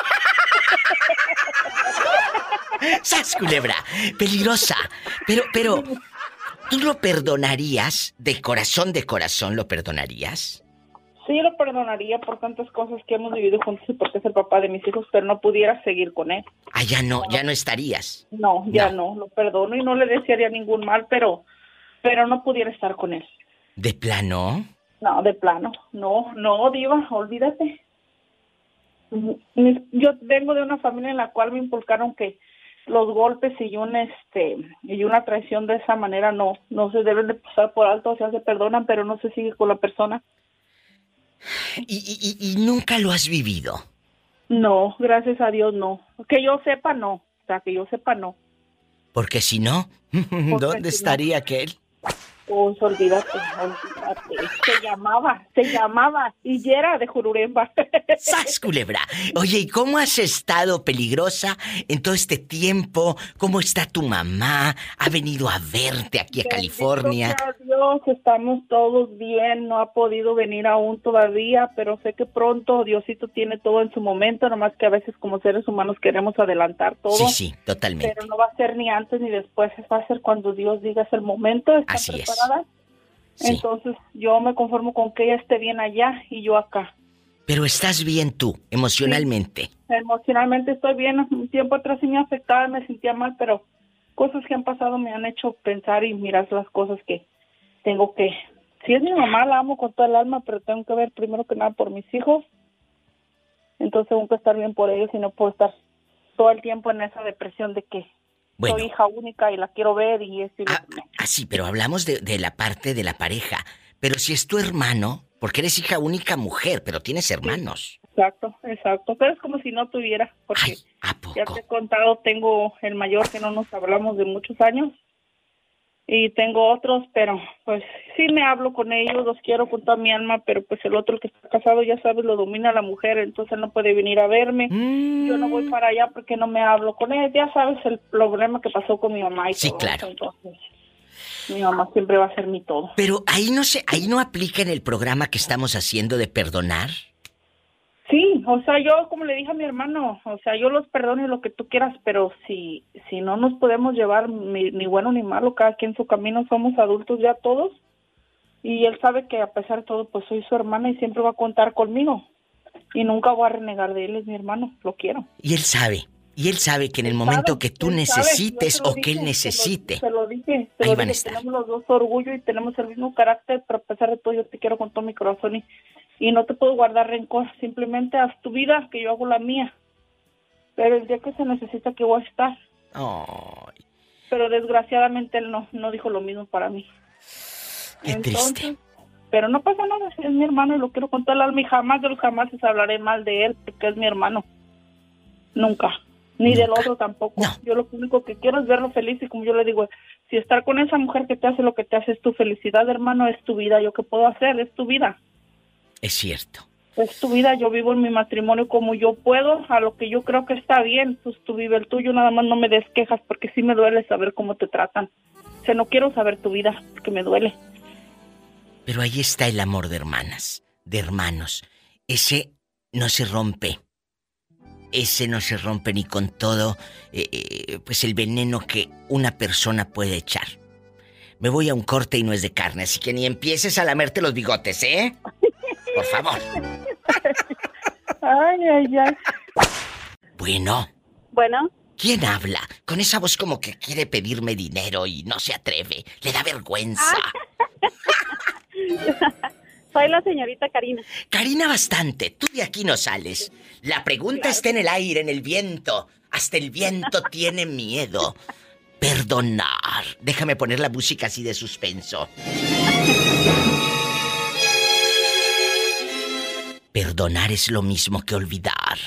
¡Sas, culebra! Peligrosa. Pero, ¿tú lo perdonarías? ¿De corazón, lo perdonarías? Sí, lo perdonaría por tantas cosas que hemos vivido juntos y porque es el papá de mis hijos, pero no pudiera seguir con él. Ah, ya no estarías. No, lo perdono y no le desearía ningún mal, pero no pudiera estar con él. ¿De plano? No, de plano. No, diva, olvídate. Yo vengo de una familia en la cual me inculcaron que los golpes y una traición de esa manera no se deben de pasar por alto, o sea, se perdonan, pero no se sigue con la persona. ¿Y nunca lo has vivido? No, gracias a Dios no. Que yo sepa no. Porque si no, ¿dónde estaría aquel? Pues olvídate. Se llamaba y ya era de Jururemba. ¡Sas, culebra! Oye, ¿y cómo has estado, peligrosa, en todo este tiempo? ¿Cómo está tu mamá? ¿Ha venido a verte aquí a California? Gracias a Dios, estamos todos bien. No ha podido venir aún todavía, pero sé que pronto Diosito tiene todo en su momento, nomás que a veces como seres humanos queremos adelantar todo. Sí, totalmente. Pero no va a ser ni antes ni después, va a ser cuando Dios diga es el momento. Así es. Sí. Entonces yo me conformo con que ella esté bien allá y yo acá. Pero estás bien tú, emocionalmente. Sí, emocionalmente estoy bien. Un tiempo atrás sí me afectaba, me sentía mal, pero cosas que han pasado me han hecho pensar y mirar las cosas que tengo que... Si es mi mamá, la amo con toda el alma, pero tengo que ver primero que nada por mis hijos. Entonces tengo que estar bien por ellos y no puedo estar todo el tiempo en esa depresión de que soy hija única y la quiero ver y esto. Sí, pero hablamos de la parte de la pareja. Pero si es tu hermano, porque eres hija única mujer, pero tienes hermanos. Exacto. Pero es como si no tuviera, porque ¿a poco? ya te he contado, tengo el mayor que no nos hablamos de muchos años. y tengo otros, pero pues sí me hablo con ellos, los quiero con toda mi alma, pero pues el otro, el que está casado, ya sabes, lo domina la mujer, entonces no puede venir a verme. Yo no voy para allá porque no me hablo con él, ya sabes el problema que pasó con mi mamá y Sí, todo claro. eso, entonces mi mamá siempre va a ser mi todo. Pero ahí no aplica en el programa que estamos haciendo de perdonar. Sí, o sea, yo como le dije a mi hermano, o sea, yo los perdono y lo que tú quieras, pero si no nos podemos llevar ni bueno ni malo, cada quien su camino, somos adultos ya todos, y él sabe que a pesar de todo, pues soy su hermana y siempre va a contar conmigo, y nunca voy a renegar de él, es mi hermano, lo quiero. Y él sabe que en el momento que tú necesites o que él necesite, Se lo dije, ahí van a estar. tenemos los dos orgullo y tenemos el mismo carácter, pero a pesar de todo yo te quiero con todo mi corazón y no te puedo guardar rencor, simplemente haz tu vida, que yo hago la mía. Pero el día que se necesita que voy a estar. Ay, Pero desgraciadamente él no dijo lo mismo para mí. qué triste. Pero no pasa nada, es mi hermano y lo quiero con toda el alma y jamás de los jamás hablaré mal de él porque es mi hermano. Nunca. Ni del otro tampoco. No. Yo lo único que quiero es verlo feliz y como yo le digo, si estar con esa mujer que te hace lo que te hace es tu felicidad, hermano, es tu vida. ¿Yo qué puedo hacer? Es tu vida. Es cierto. Es tu vida, yo vivo en mi matrimonio como yo puedo, a lo que yo creo que está bien, pues tú vive el tuyo, nada más no me des quejas porque sí me duele saber cómo te tratan. O sea, no quiero saber tu vida, porque me duele. Pero ahí está el amor de hermanas, de hermanos. Ese no se rompe. Ese no se rompe ni con todo, pues el veneno que una persona puede echar. Me voy a un corte y no es de carne, así que ni empieces a lamerte los bigotes, ¿eh? Por favor. Ay, ay, ay. Bueno, Bueno, ¿quién habla? Con esa voz como que quiere pedirme dinero y no se atreve. Le da vergüenza. soy la señorita Karina. Karina Bastante, tú de aquí no sales. La pregunta está en el aire, en el viento. Hasta el viento tiene miedo. Perdonar. Déjame poner la música así de suspenso. Perdonar es lo mismo que olvidar.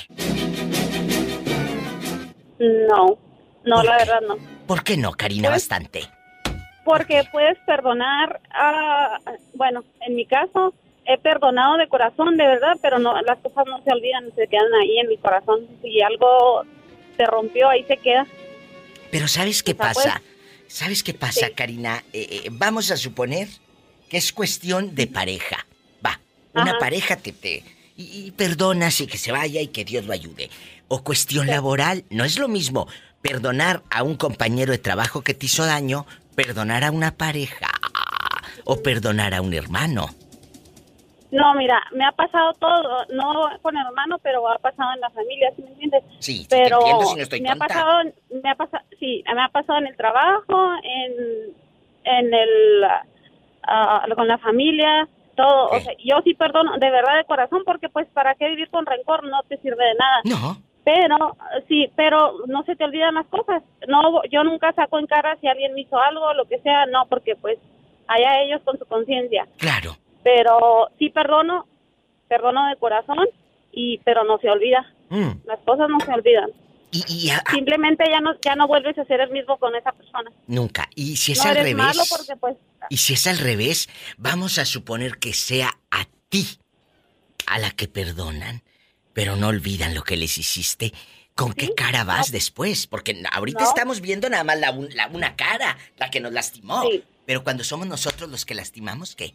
No, la verdad no. ¿Por qué no, Karina Pues, Bastante? Porque puedes perdonar, bueno, en mi caso, he perdonado de corazón, de verdad, pero no, las cosas no se olvidan, se quedan ahí en mi corazón. Si algo se rompió, ahí se queda. Pero ¿sabes qué O sea, pasa? ¿Sabes qué pasa, sí. Karina? Vamos a suponer que es cuestión de pareja. Va, una Ajá. pareja y perdonas y que se vaya y que Dios lo ayude. O cuestión laboral, no es lo mismo perdonar a un compañero de trabajo que te hizo daño, perdonar a una pareja o perdonar a un hermano. No, mira, me ha pasado todo, no con hermano, pero ha pasado en la familia, ¿sí me entiendes? Sí, Pero te entiendo si no estoy me ha tonta. pasado en el trabajo, en el con la familia, todo. ¿Qué? O sea, yo sí perdono de verdad de corazón porque pues para qué vivir con rencor, no te sirve de nada. No, Pero no se te olvidan las cosas. No, yo nunca saco en cara si alguien me hizo algo, lo que sea, no, porque pues allá ellos con su conciencia. claro. Pero sí perdono de corazón, pero no se olvida. Mm. Las cosas no se olvidan. Y Simplemente ya no vuelves a ser el mismo con esa persona. nunca. Y si es No al eres revés. malo porque pues Y si es al revés, vamos a suponer que sea a ti a la que perdonan, pero no olvidan lo que les hiciste. ¿Con qué cara vas después? Porque ahorita No. estamos viendo nada más una cara, la que nos lastimó. Sí. Pero cuando somos nosotros los que lastimamos, ¿qué?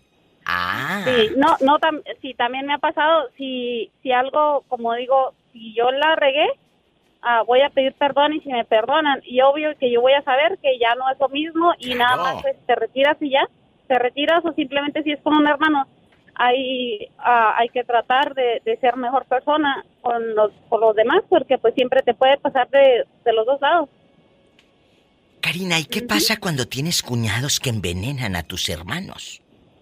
sí, también me ha pasado, si algo, como digo, si yo la regué, voy a pedir perdón y si me perdonan, y obvio que yo voy a saber que ya no es lo mismo y Claro. nada más pues te retiras y ya, te retiras o simplemente si es con un hermano, hay que tratar de ser mejor persona con los demás porque pues siempre te puede pasar de los dos lados. Karina, ¿y qué pasa cuando tienes cuñados que envenenan a tus hermanos?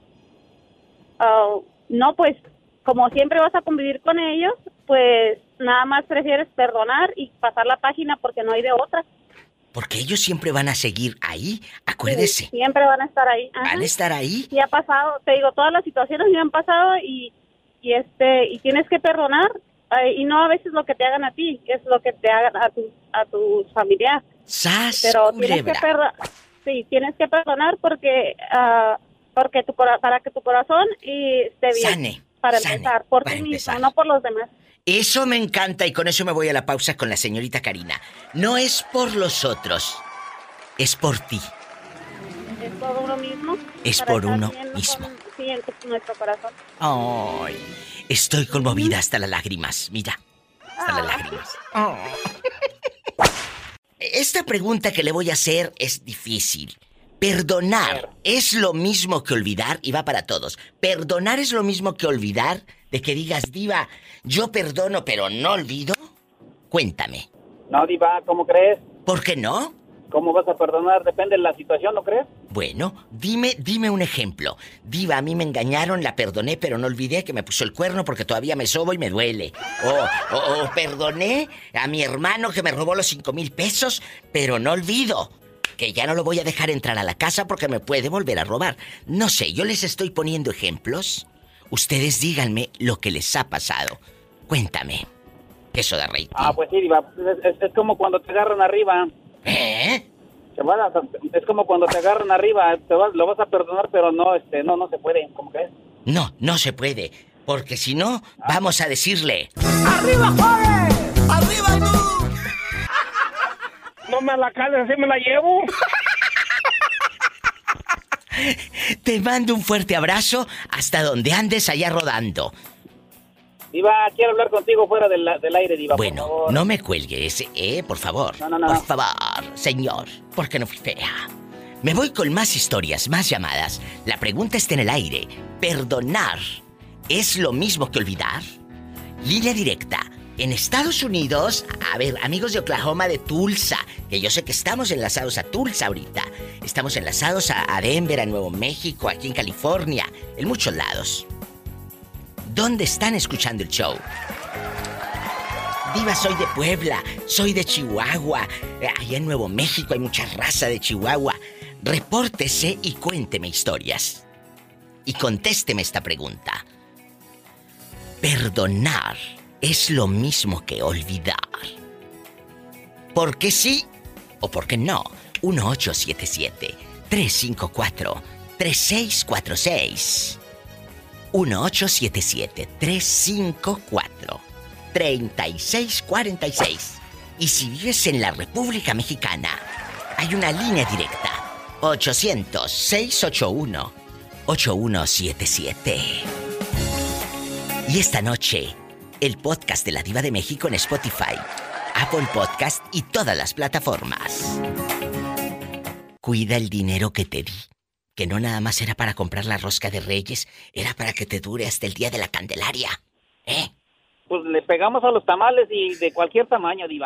No, pues como siempre vas a convivir con ellos, pues nada más prefieres perdonar y pasar la página porque no hay de otra. Porque ellos siempre van a seguir ahí, acuérdese. Sí, siempre van a estar ahí. Ajá. Van a estar ahí. Y ha pasado, te digo, todas las situaciones me han pasado y tienes que perdonar y no a veces lo que te hagan a ti, es lo que te hagan a tus familiares. ¡Sas, Pero culebra! Sí, tienes que perdonar porque para que tu corazón esté bien. Sane. Para sane, empezar, por para ti empezar. mismo, no por los demás. Eso me encanta y con eso me voy a la pausa con la señorita Karina. No es por los otros, es por ti. Es por uno mismo. Es para por estar uno bien mismo. Sí, en nuestro corazón. Ay, estoy conmovida hasta las lágrimas, mira. Hasta las lágrimas. Esta pregunta que le voy a hacer es difícil. ¿Perdonar es lo mismo que olvidar? Y va para todos. ¿Perdonar es lo mismo que olvidar? De que digas, Diva, yo perdono pero no olvido. Cuéntame. No, Diva, ¿cómo crees? ¿Por qué no? ¿Cómo vas a perdonar? Depende de la situación, ¿no crees? Bueno, dime un ejemplo. Diva, a mí me engañaron, la perdoné, pero no olvidé que me puso el cuerno porque todavía me sobo y me duele. O perdoné a mi hermano que me robó los 5,000 pesos, pero no olvido que ya no lo voy a dejar entrar a la casa porque me puede volver a robar. No sé, yo les estoy poniendo ejemplos. Ustedes díganme lo que les ha pasado. Cuéntame. Eso da rating. Pues sí, Diva, es como cuando te agarran arriba. ¿Eh? Es como cuando te agarran arriba, lo vas a perdonar, pero no se puede, ¿cómo crees? No se puede, porque si no, vamos a decirle... ¡Arriba, Juárez! ¡Arriba tú! No me la cales, así me la llevo. Te mando un fuerte abrazo hasta donde andes allá rodando. Diva, quiero hablar contigo fuera del aire, Diva. Bueno, por favor. no me cuelgues, por favor. No. Por favor, señor, porque no fui fea. Me voy con más historias, más llamadas. La pregunta está en el aire. ¿Perdonar es lo mismo que olvidar? Línea directa. En Estados Unidos, a ver, amigos de Oklahoma, de Tulsa, que yo sé que estamos enlazados a Tulsa ahorita. Estamos enlazados a Denver, a Nuevo México, aquí en California, en muchos lados. ¿Dónde están escuchando el show? Diva, soy de Puebla, soy de Chihuahua. Allá en Nuevo México hay mucha raza de Chihuahua. Repórtese y cuénteme historias. Y contésteme esta pregunta. ¿Perdonar es lo mismo que olvidar? ¿Por qué sí o por qué no? 1877-354-3646. 1877-354-3646. Y si vives en la República Mexicana, hay una línea directa. 800-681-8177. Y esta noche, el podcast de la Diva de México en Spotify, Apple Podcast y todas las plataformas. Cuida el dinero que te di. Que no nada más era para comprar la rosca de Reyes, era para que te dure hasta el día de la Candelaria. Pues le pegamos a los tamales y de cualquier tamaño, Diva.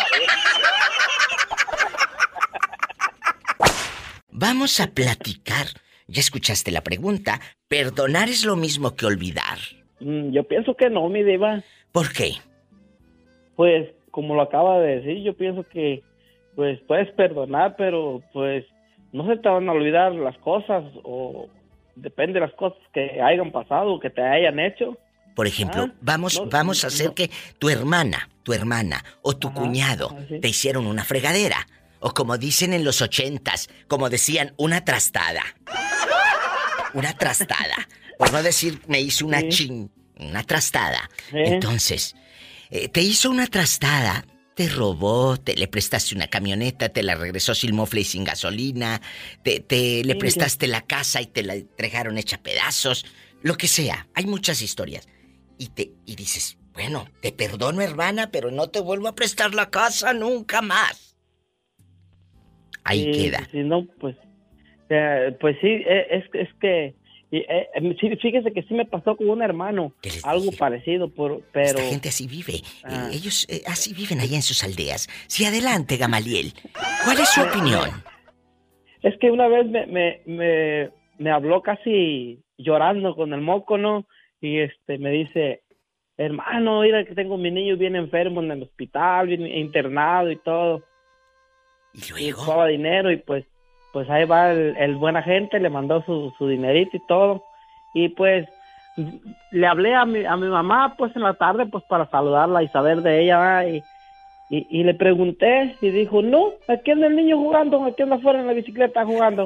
Vamos a platicar. Ya escuchaste la pregunta. ¿Perdonar es lo mismo que olvidar? Yo pienso que no, mi Diva. ¿Por qué? Pues, como lo acaba de decir, yo pienso que pues puedes perdonar, pero pues no se te van a olvidar las cosas, o depende de las cosas que hayan pasado, que te hayan hecho. Por ejemplo, vamos a hacer que tu hermana o tu cuñado te hicieron una fregadera. O como dicen en los 80s, como decían, una trastada. Una trastada. Por no decir, me hizo una una trastada. Entonces, te hizo una trastada, te robó, le prestaste una camioneta, te la regresó sin mofle y sin gasolina, le prestaste la casa y te la entregaron hecha pedazos, lo que sea. Hay muchas historias. Y dices, bueno, te perdono, hermana, pero no te vuelvo a prestar la casa nunca más. Ahí queda. Si no, pues sí, es que sí, fíjese que sí me pasó con un hermano, algo parecido, pero... Esta gente así vive. Ellos así viven allá en sus aldeas. Sí, adelante, Gamaliel. ¿Cuál es su opinión? Es que una vez me habló casi llorando con el moco, ¿no? Y me dice, hermano, mira que tengo a mi niño bien enfermo en el hospital, bien internado y todo. ¿Y luego? Y ocupaba dinero y pues ahí va el buena gente, le mandó su dinerito y todo. Y pues le hablé a mi mamá pues en la tarde pues para saludarla y saber de ella, ¿verdad? Y le pregunté y dijo, no, aquí anda el niño jugando, aquí anda afuera en la bicicleta jugando.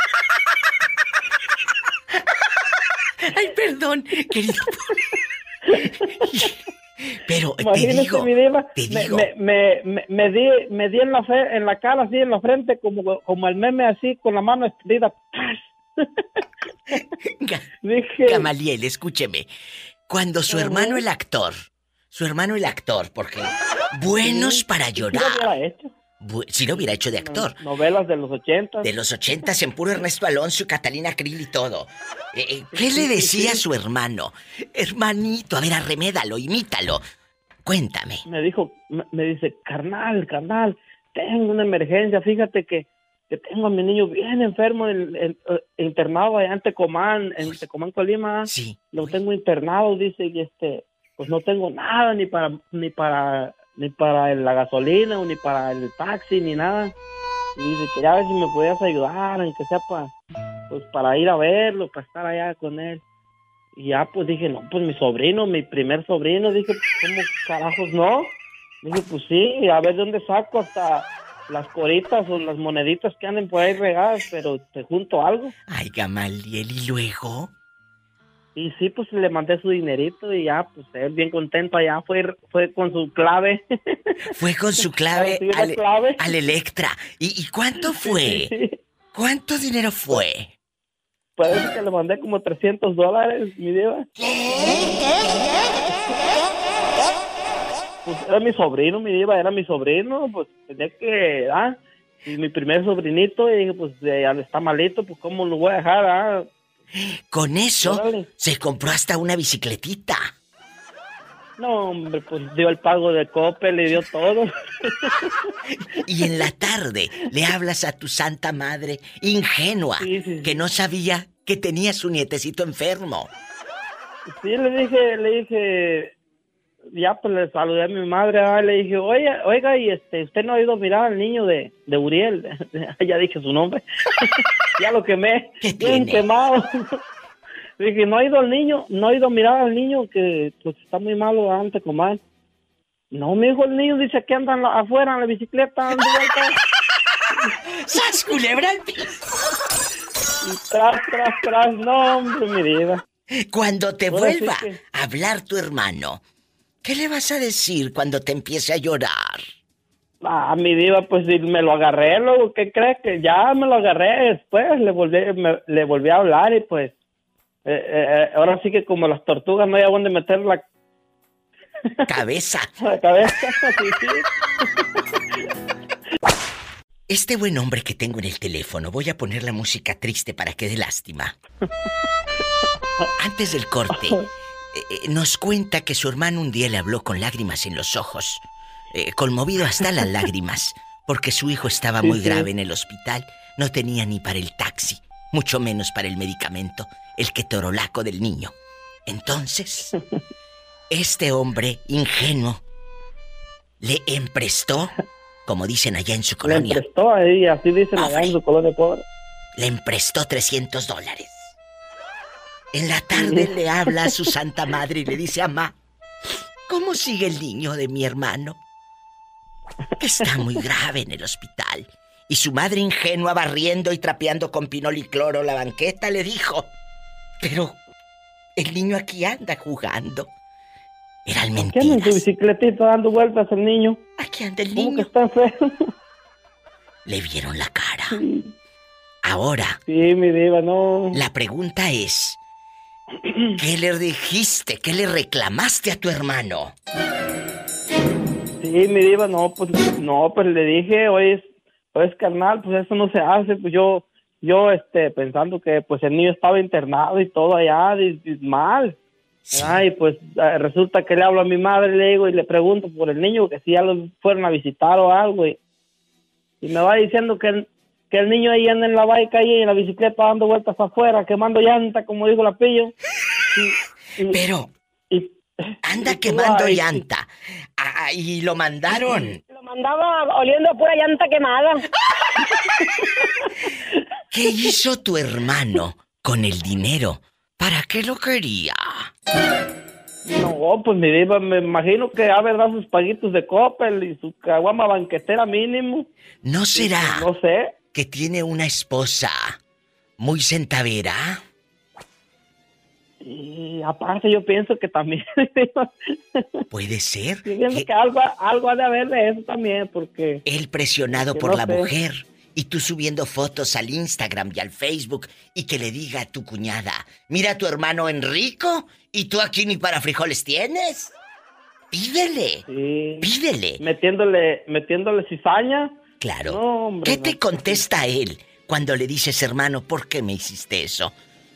Ay, perdón, querido. Pero imagínese, te mi diva, digo. Me di en la cara, así en la frente, como el meme, así, con la mano extendida. Dije... Gamaliel, escúcheme. Cuando su hermano el actor, porque buenos para llorar. Si lo hubiera hecho de actor. Novelas de los 80. De los 80 en puro Ernesto Alonso, Catalina Krill y todo. ¿Qué le decía a su hermano? Hermanito, a ver, arremédalo, imítalo. Cuéntame. Me dice, carnal, tengo una emergencia, fíjate que tengo a mi niño bien enfermo, internado allá en Tecomán, Colima. Sí. Lo tengo internado, dice, y pues no tengo nada ni para la gasolina, o ni para el taxi, ni nada. Y dice, quería ver si me podías ayudar, aunque sea para ir a verlo, para estar allá con él. Y ya, pues dije, no, pues mi primer sobrino, dije, ¿cómo carajos no? Dije, pues sí, a ver dónde saco hasta las coritas o las moneditas que anden por ahí regadas, pero te junto algo. Ay, Gamaliel, ¿y luego? Y sí, pues le mandé su dinerito y ya, pues él bien contento allá, fue con su clave. Fue con su clave al Electra. ¿Y cuánto fue? Sí. ¿Cuánto dinero fue? Parece que le mandé como $300, mi diva. Pues era mi sobrino, mi diva, pues tenía que, y mi primer sobrinito, y dije, pues ya está malito, pues cómo lo voy a dejar, Con eso, órale. Se compró hasta una bicicletita. No, hombre, pues dio el pago de Coppel, le dio todo. Y en la tarde le hablas a tu santa madre ingenua, sí. que no sabía que tenía su nietecito enfermo. Sí, le dije, ya pues le saludé a mi madre, le dije, oiga, y usted no ha ido a mirar al niño de Uriel. Ya dije su nombre. Ya lo quemé. ¿Qué bien tiene? quemado. Dije, no ha ido a mirar al niño que pues está muy malo antes comer. No, mi hijo, el niño dice que andan afuera en la bicicleta dando vueltas. ¡Sas, culebra! Y tras, no, hombre, mi vida. Cuando te Ahora vuelva sí que... a hablar tu hermano, ¿qué le vas a decir cuando te empiece a llorar? Mi diva, pues si me lo agarré, luego, ¿qué crees? Que ya me lo agarré después, le volví a hablar y pues, ahora sí que como las tortugas no hay a dónde meter la cabeza. La cabeza, sí. Este buen hombre que tengo en el teléfono, voy a poner la música triste para que dé lástima. Antes del corte, nos cuenta que su hermano un día le habló con lágrimas en los ojos, conmovido hasta las lágrimas, porque su hijo estaba muy grave en el hospital, no tenía ni para el taxi, mucho menos para el medicamento, el ketorolaco del niño. Entonces, este hombre ingenuo le emprestó, como dicen allá en su colonia. Le emprestó ahí, así dicen allá en su colonia pobre. Le emprestó $300. En la tarde le habla a su santa madre y le dice, amá, ¿cómo sigue el niño de mi hermano? Que está muy grave en el hospital. Y su madre ingenua, barriendo y trapeando con pinol y cloro la banqueta, le dijo, pero el niño aquí anda jugando. Eran mentiras. Aquí anda en su bicicletita dando vueltas el niño. Aquí anda el ¿Cómo niño? que está enfermo? Le vieron la cara. Sí. Ahora. Sí, mi diva, no. La pregunta es, ¿qué le dijiste? ¿Qué le reclamaste a tu hermano? Sí, mi diva, pues le dije, oye, carnal, pues eso no se hace, pues yo pensando que pues el niño estaba internado y todo allá, mal. Sí. Ay, pues resulta que le hablo a mi madre, le digo, y le pregunto por el niño, que si ya lo fueron a visitar o algo, y me va diciendo que el niño ahí anda en la bike, ahí en la bicicleta dando vueltas afuera, quemando llanta, como dijo la pillo. Pero anda quemando llanta. Y lo mandaron. Lo mandaba oliendo a pura llanta quemada. ¿Qué hizo tu hermano con el dinero? ¿Para qué lo quería? No, pues mi diva, me imagino que ha verdad sus paguitos de Coppel y su caguama banquetera mínimo. ¿No será No sé. que tiene una esposa muy centavera? Y aparte yo pienso que también... Puede ser. Yo pienso que algo ha de haber de eso también, porque... Él presionado porque por no la sé. mujer y tú subiendo fotos al Instagram y al Facebook y que le diga a tu cuñada, mira a tu hermano Enrico y tú aquí ni para frijoles tienes. Pídele, Sí. pídele. Metiéndole cizaña. Claro. No, hombre, ¿Qué no. te contesta él cuando le dices, hermano, ¿por qué me hiciste eso?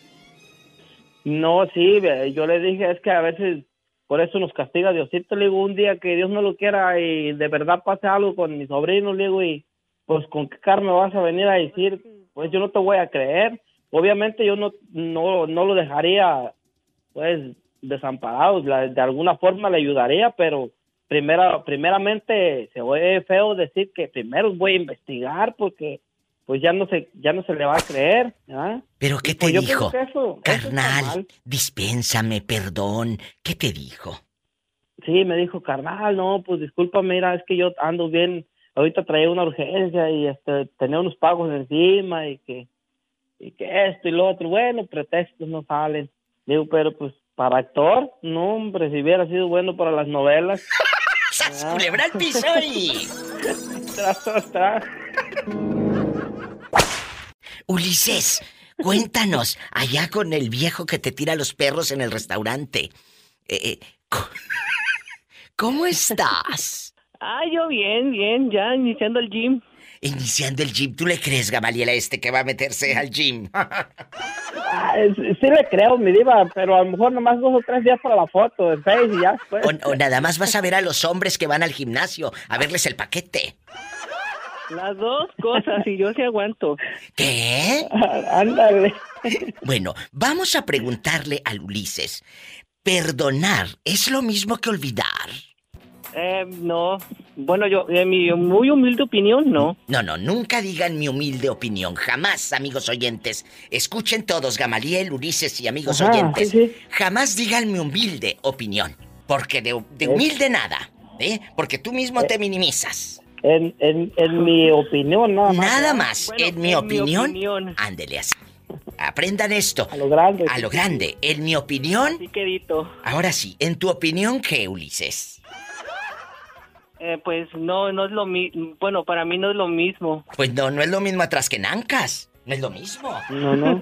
No, sí, yo le dije, es que a veces por eso nos castiga Diosito. Le digo, un día que Dios no lo quiera y de verdad pase algo con mi sobrino, le digo, y pues con qué cara me vas a venir a decir, pues yo no te voy a creer. Obviamente yo no lo dejaría, pues, desamparado. De alguna forma le ayudaría, pero primeramente se oye feo decir que primero voy a investigar porque pues ya no se le va a creer, ¿verdad? ¿Pero qué te Pues yo dijo? pienso que eso está Carnal, mal. dispénsame, perdón. ¿Qué te dijo? Sí, me dijo, carnal, no, pues discúlpame, mira, es que yo ando bien, ahorita traía una urgencia y tenía unos pagos encima y que esto y lo otro. Bueno, pretextos no salen. Digo, pero pues para actor, no, hombre, si hubiera sido bueno para las novelas. ¡Sas, culebra al piso y... Tras. Ulises, cuéntanos, allá con el viejo que te tira los perros en el restaurante. ¿Cómo estás? Ah, yo bien, ya iniciando el gym. Iniciando el gym, ¿tú le crees, Gamaliel, a este que va a meterse al gym? Sí le creo, mi diva, pero a lo mejor nomás 2 o 3 días para la foto en Face y ya después. O nada más vas a ver a los hombres que van al gimnasio, a verles el paquete. Las dos cosas, y yo sí aguanto. ¿Qué? Ándale. Bueno, vamos a preguntarle al Ulises. ¿Perdonar es lo mismo que olvidar? No. Bueno, yo, en mi muy humilde opinión, no. No, nunca digan mi humilde opinión. Jamás, amigos oyentes. Escuchen todos, Gamaliel, Ulises y amigos oyentes. Sí. Jamás digan mi humilde opinión. Porque de humilde nada, ¿eh? Porque tú mismo te minimizas. En mi opinión, nada más. Nada más. Bueno, en mi opinión. Ándele así. Aprendan esto. A lo grande. A lo grande. En mi opinión. Sí, quedito. Ahora sí, en tu opinión, ¿qué, Ulises? Pues no es lo mismo. Bueno, para mí no es lo mismo. Pues no es lo mismo atrás que en ancas. No es lo mismo. No.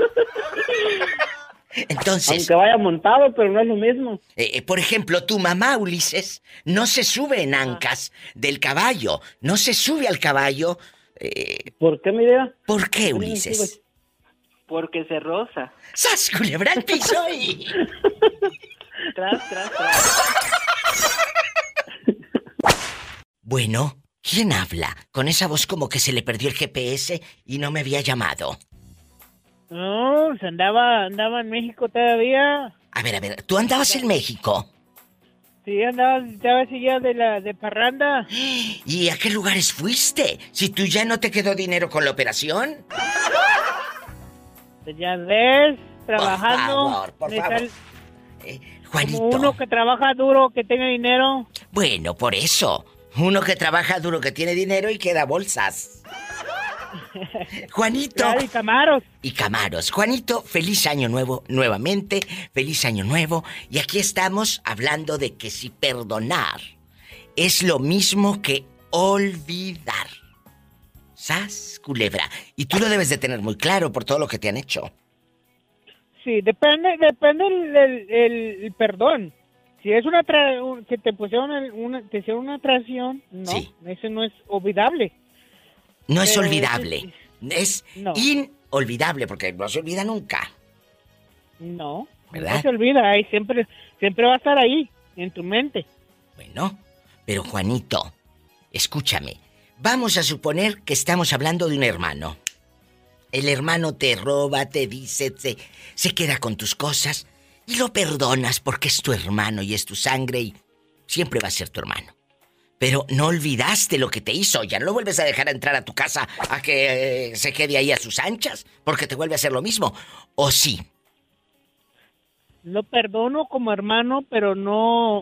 Entonces... Aunque vaya montado, pero no es lo mismo. Por ejemplo, tu mamá, Ulises, no se sube en ancas del caballo. No se sube al caballo. ¿Por qué, mi idea? ¿Por qué, Ulises? Porque se roza. ¡Sas, culebra al piso y... Tras. Bueno, ¿quién habla? Con esa voz como que se le perdió el GPS y no me había llamado. No, pues andaba en México todavía. A ver, ¿tú andabas en México? Sí, estaba así ya de parranda. ¿Y a qué lugares fuiste? Si tú ya no te quedó dinero con la operación. Pues ya ves, trabajando. Por favor. Juanito. Como uno que trabaja duro, que tenga dinero. Bueno, por eso. Uno que trabaja duro, que tiene dinero y que da bolsas. Juanito. Claro, y Camaros. Juanito, feliz año nuevo nuevamente. Feliz año nuevo. Y aquí estamos hablando de que si perdonar es lo mismo que olvidar. ¡Sas, culebra! Y tú lo debes de tener muy claro por todo lo que te han hecho. Sí, depende el perdón. Si es que te pusieron te hicieron una traición, no, sí. Eso no es olvidable. No es olvidable. Es inolvidable, porque no se olvida nunca. No, ¿verdad? No se olvida, ahí siempre va a estar ahí, en tu mente. Bueno, pero Juanito, escúchame. Vamos a suponer que estamos hablando de un hermano. El hermano te roba, te dice, se queda con tus cosas y lo perdonas porque es tu hermano y es tu sangre y siempre va a ser tu hermano. Pero no olvidaste lo que te hizo, ya no lo vuelves a dejar entrar a tu casa a que se quede ahí a sus anchas porque te vuelve a hacer lo mismo. ¿O sí? lo perdono como hermano, pero no,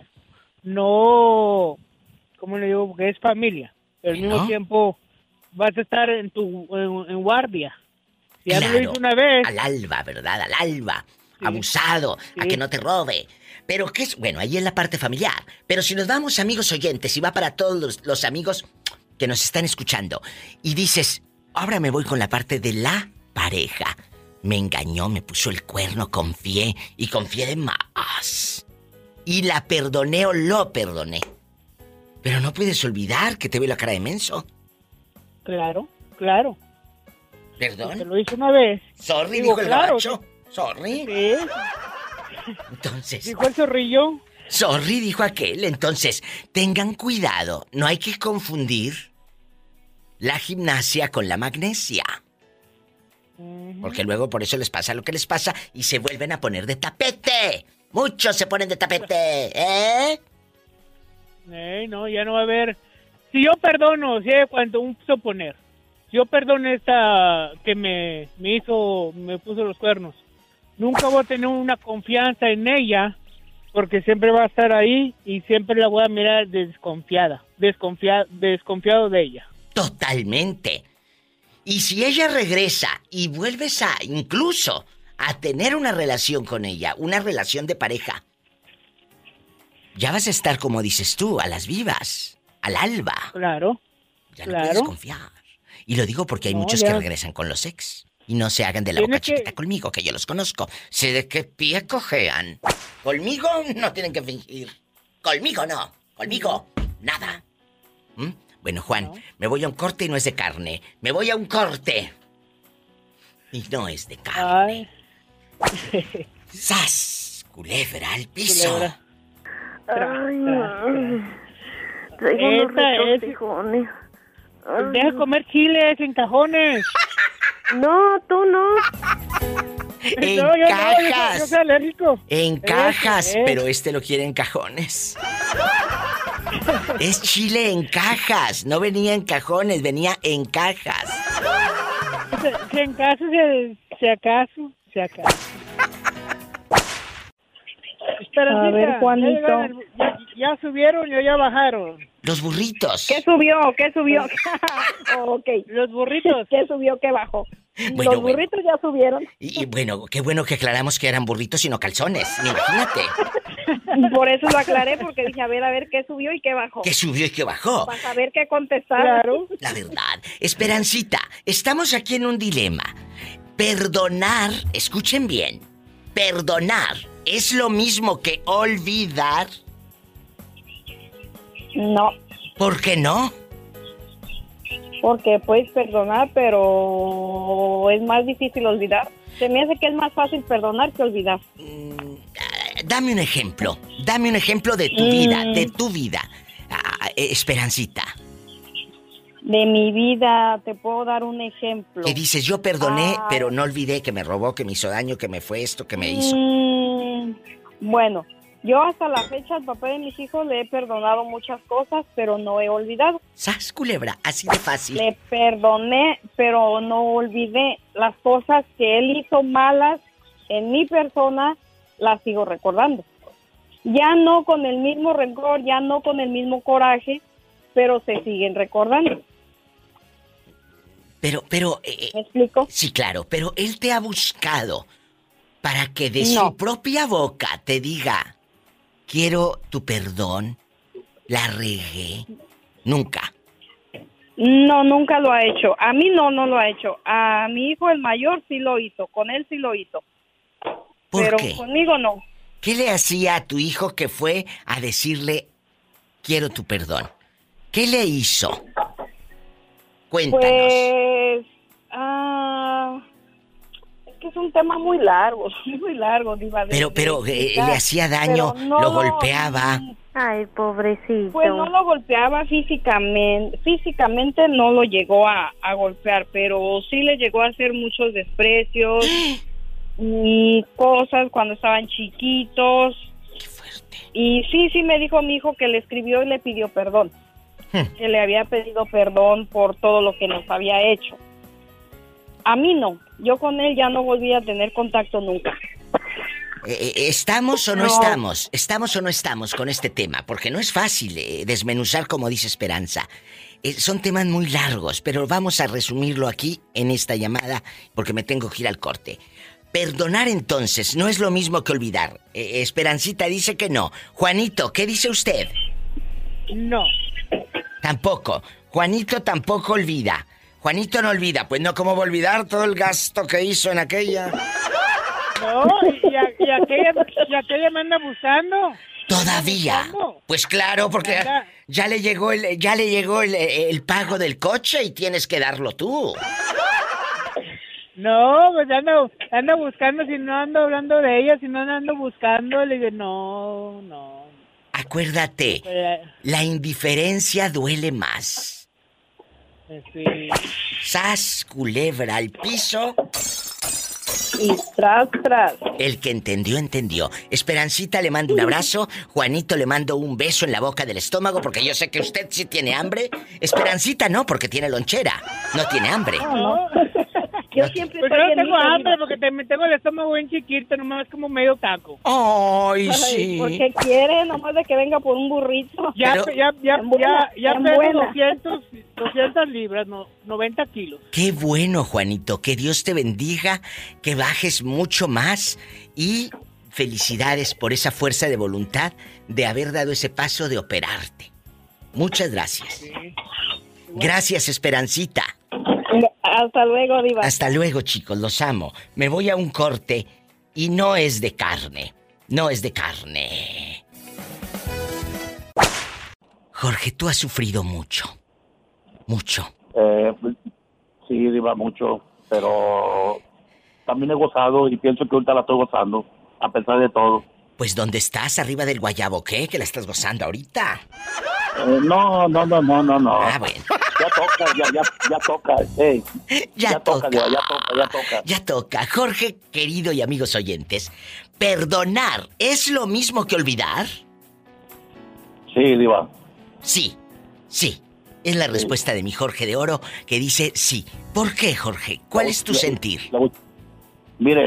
¿cómo le digo? Porque es familia. Pero al mismo tiempo vas a estar en guardia. Si ya lo hizo una vez. Al alba, ¿verdad? Al alba. Sí. Abusado, a que no te robe. Pero qué es, bueno, ahí es la parte familiar. Pero si nos vamos, amigos oyentes, y va para todos los amigos que nos están escuchando, y dices, ahora me voy con la parte de la pareja. Me engañó, me puso el cuerno, confié de más. Y la perdoné o lo perdoné. Pero no puedes olvidar que te ve la cara de menso. Claro. ¿Perdón? Te lo hice una vez. Sorry, dijo el gabacho. Sorry. Sí. Entonces... Dijo el zorrillo. Sorry, dijo aquel. Entonces, tengan cuidado. No hay que confundir la gimnasia con la magnesia. Porque luego por eso les pasa lo que les pasa y se vuelven a poner de tapete. Muchos se ponen de tapete, ¿eh? No, ya no va a haber. Si yo perdono, cuando un suponer, si yo perdono esta que me puso los cuernos, nunca voy a tener una confianza en ella, porque siempre va a estar ahí y siempre la voy a mirar desconfiado de ella. Totalmente. Y si ella regresa y vuelves incluso a tener una relación con ella, una relación de pareja, ya vas a estar, como dices tú, a las vivas, al alba. Claro. Ya no puedes confiar. Y lo digo porque hay muchos que regresan con los ex. Y no se hagan de la boca chiquita conmigo, que yo los conozco. Sé de qué pie cojean. Conmigo no tienen que fingir. Conmigo no. Conmigo nada. Bueno, Juan, me voy a un corte y no es de carne. Me voy a un corte. Y no es de carne. ¡Sas! Culebra al piso. Culebra. Traigo unos retortijones. Deja comer chiles en cajones. No, tú no. En cajas. Yo soy alérgico. En cajas, pero lo quiere en cajones. Es chile en cajas, no venía en cajones, venía en cajas. Si en caso, si acaso. A ver, Juanito. ¿Ya subieron o ya bajaron? Los burritos. ¿Qué subió? Okay. Los burritos. ¿Qué subió? ¿Qué bajó? Bueno, los burritos ya subieron. Y bueno, qué bueno que aclaramos que eran burritos y no calzones. Imagínate. Por eso lo aclaré, porque dije, a ver, ¿qué subió y qué bajó? ¿Qué subió y qué bajó? Para saber qué contestar. Claro. La verdad. Esperancita, estamos aquí en un dilema. Perdonar, escuchen bien. Perdonar, ¿es lo mismo que olvidar? No. ¿Por qué no? Porque puedes perdonar, pero es más difícil olvidar. Se me hace que es más fácil perdonar que olvidar. Dame un ejemplo de tu vida, Esperancita. De mi vida, te puedo dar un ejemplo. Que dices, yo perdoné, pero no olvidé que me robó, que me hizo daño, que me fue esto, que me hizo. Bueno, yo hasta la fecha al papá de mis hijos le he perdonado muchas cosas, pero no he olvidado. ¡Sas, culebra! Así de fácil. Le perdoné, pero no olvidé. Las cosas que él hizo malas en mi persona, las sigo recordando. Ya no con el mismo rencor, ya no con el mismo coraje, pero se siguen recordando. Pero... ¿Me explico? Sí, claro, pero él te ha buscado para que de su propia boca te diga, quiero tu perdón, la regué. Nunca. No, nunca lo ha hecho. A mí no lo ha hecho. A mi hijo el mayor sí lo hizo, con él sí lo hizo. ¿Por qué? Conmigo no. ¿Qué le hacía a tu hijo que fue a decirle, quiero tu perdón? ¿Qué le hizo? Cuéntanos. Pues, es que es un tema muy largo, Diva. Pero le hacía daño, no, lo golpeaba. Ay, pobrecito. Pues no lo golpeaba físicamente no lo llegó a golpear, pero sí le llegó a hacer muchos desprecios y cosas cuando estaban chiquitos. Qué fuerte. Y sí me dijo mi hijo que le escribió y le pidió perdón. Que le había pedido perdón por todo lo que nos había hecho. A mí no. Yo con él ya no volví a tener contacto nunca. ¿Estamos o no No. estamos? ¿Estamos o no estamos con este tema? Porque no es fácil desmenuzar, como dice Esperanza. Son temas muy largos, pero vamos a resumirlo aquí en esta llamada porque me tengo que ir al corte. Perdonar entonces no es lo mismo que olvidar. Esperancita dice que no. Juanito, ¿qué dice usted? No. Tampoco. Juanito tampoco olvida. Juanito no olvida. Pues no, ¿cómo va a olvidar todo el gasto que hizo en aquella? No, y aquella me anda buscando. ¿Todavía? Pues claro, porque Anda. ya le llegó el pago del coche y tienes que darlo tú. No, pues ando buscando, si no ando hablando de ella, si no ando buscando, le digo, no. Acuérdate, la indiferencia duele más. Sí. Sas, culebra al piso. Y tras. El que entendió, entendió. Esperancita le mando un abrazo. Juanito le mando un beso en la boca del estómago porque yo sé que usted sí tiene hambre. Esperancita no, porque tiene lonchera. No tiene hambre. No. Yo siempre Pues estoy yo en tengo mi hambre camino. porque tengo el estómago bien chiquito, nomás como medio taco. Ay, Ay, porque quiere nomás de que venga por un burrito. Ya En buena, en peso buena. 200 libras, 90 kilos. Qué bueno, Juanito. Que Dios te bendiga, que bajes mucho más y felicidades por esa fuerza de voluntad de haber dado ese paso de operarte. Muchas gracias. Gracias, Esperancita. Hasta luego, Diva. Hasta luego, chicos, los amo. Me voy a un corte y no es de carne. No es de carne. Jorge, tú has sufrido mucho. Mucho. Sí, Diva, mucho, pero también he gozado y pienso que ahorita la estoy gozando, a pesar de todo. Pues ¿dónde estás? ¿Arriba del guayabo qué? ¿Que la estás gozando ahorita? No. Ah, bueno. Ya toca, hey. Ya toca. Diva, ya toca. Ya toca. Jorge, querido y amigos oyentes, ¿perdonar es lo mismo que olvidar? Sí, Diva. Sí. Es la respuesta de mi Jorge de Oro, que dice sí. ¿Por qué, Jorge? ¿Cuál es tu sentir? Mire,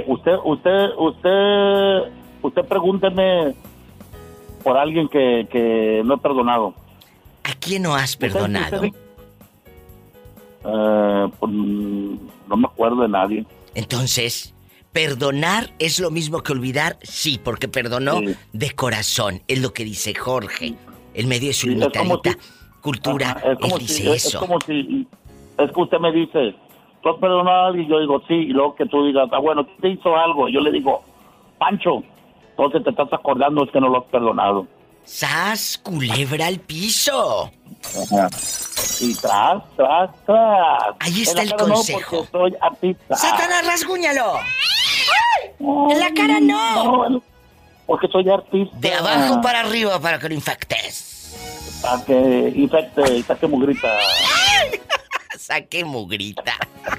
usted pregúnteme por alguien que no he perdonado. ¿A quién no has perdonado? Pues, no me acuerdo de nadie. Entonces, ¿perdonar es lo mismo que olvidar? Sí, porque perdonó de corazón, es lo que dice Jorge. En medio de su limitadita cultura, él dice eso. Es como si... Es que usted me dice, ¿tú has perdonado a alguien? Y yo digo, sí, y luego que tú digas, bueno, ¿quién te hizo algo? Yo le digo, Pancho. Entonces te estás acordando, es que no lo has perdonado. ¡Sas, culebra al piso! Ajá. Y tras. Ahí está el consejo. consejo. No, soy artista. ¡Satanás, rasguñalo! ¡En la cara no! Porque soy artista. De abajo para arriba para que lo infectes. Para que infecte y saque mugrita. Saque mugrita.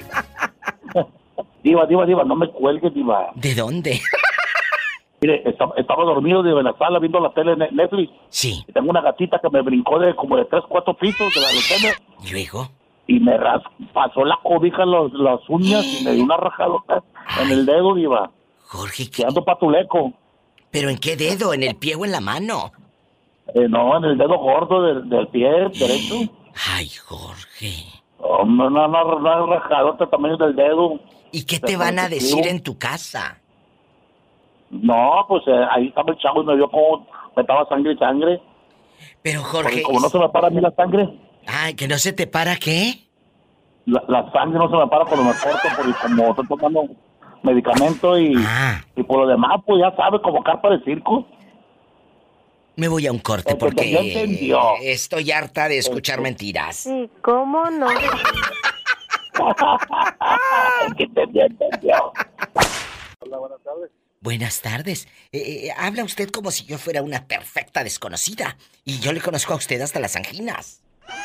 Diva, no me cuelgues, Diva. ¿De dónde? Mire, estaba dormido en la sala viendo la tele en Netflix. Sí. Y tengo una gatita que me brincó de como de 3, 4 pisos de la ventana. ¿Y luego? Y me pasó la cobija las uñas y me dio una rajadota en el dedo, Diva. Jorge, ¿qué? Ando patuleco. ¿Pero en qué dedo? ¿En el pie o en la mano? No, en el dedo gordo del pie derecho. Ay, Jorge. Una rajadota también del dedo. ¿Y qué te van a decir en tu casa? No, pues ahí estaba el chavo y me vio como me estaba sangre. Pero Jorge... Porque como no se me para a mí la sangre. Ay, ¿que no se te para qué? La sangre no se me para cuando me corto, porque como estoy tomando medicamento y por lo demás, pues ya sabe, como carpa de circo. Me voy a un corte porque estoy harta de escuchar mentiras. Sí, ¿cómo no? Entendió. Hola, buenas tardes. Buenas tardes. Habla usted como si yo fuera una perfecta desconocida. Y yo le conozco a usted hasta las anginas.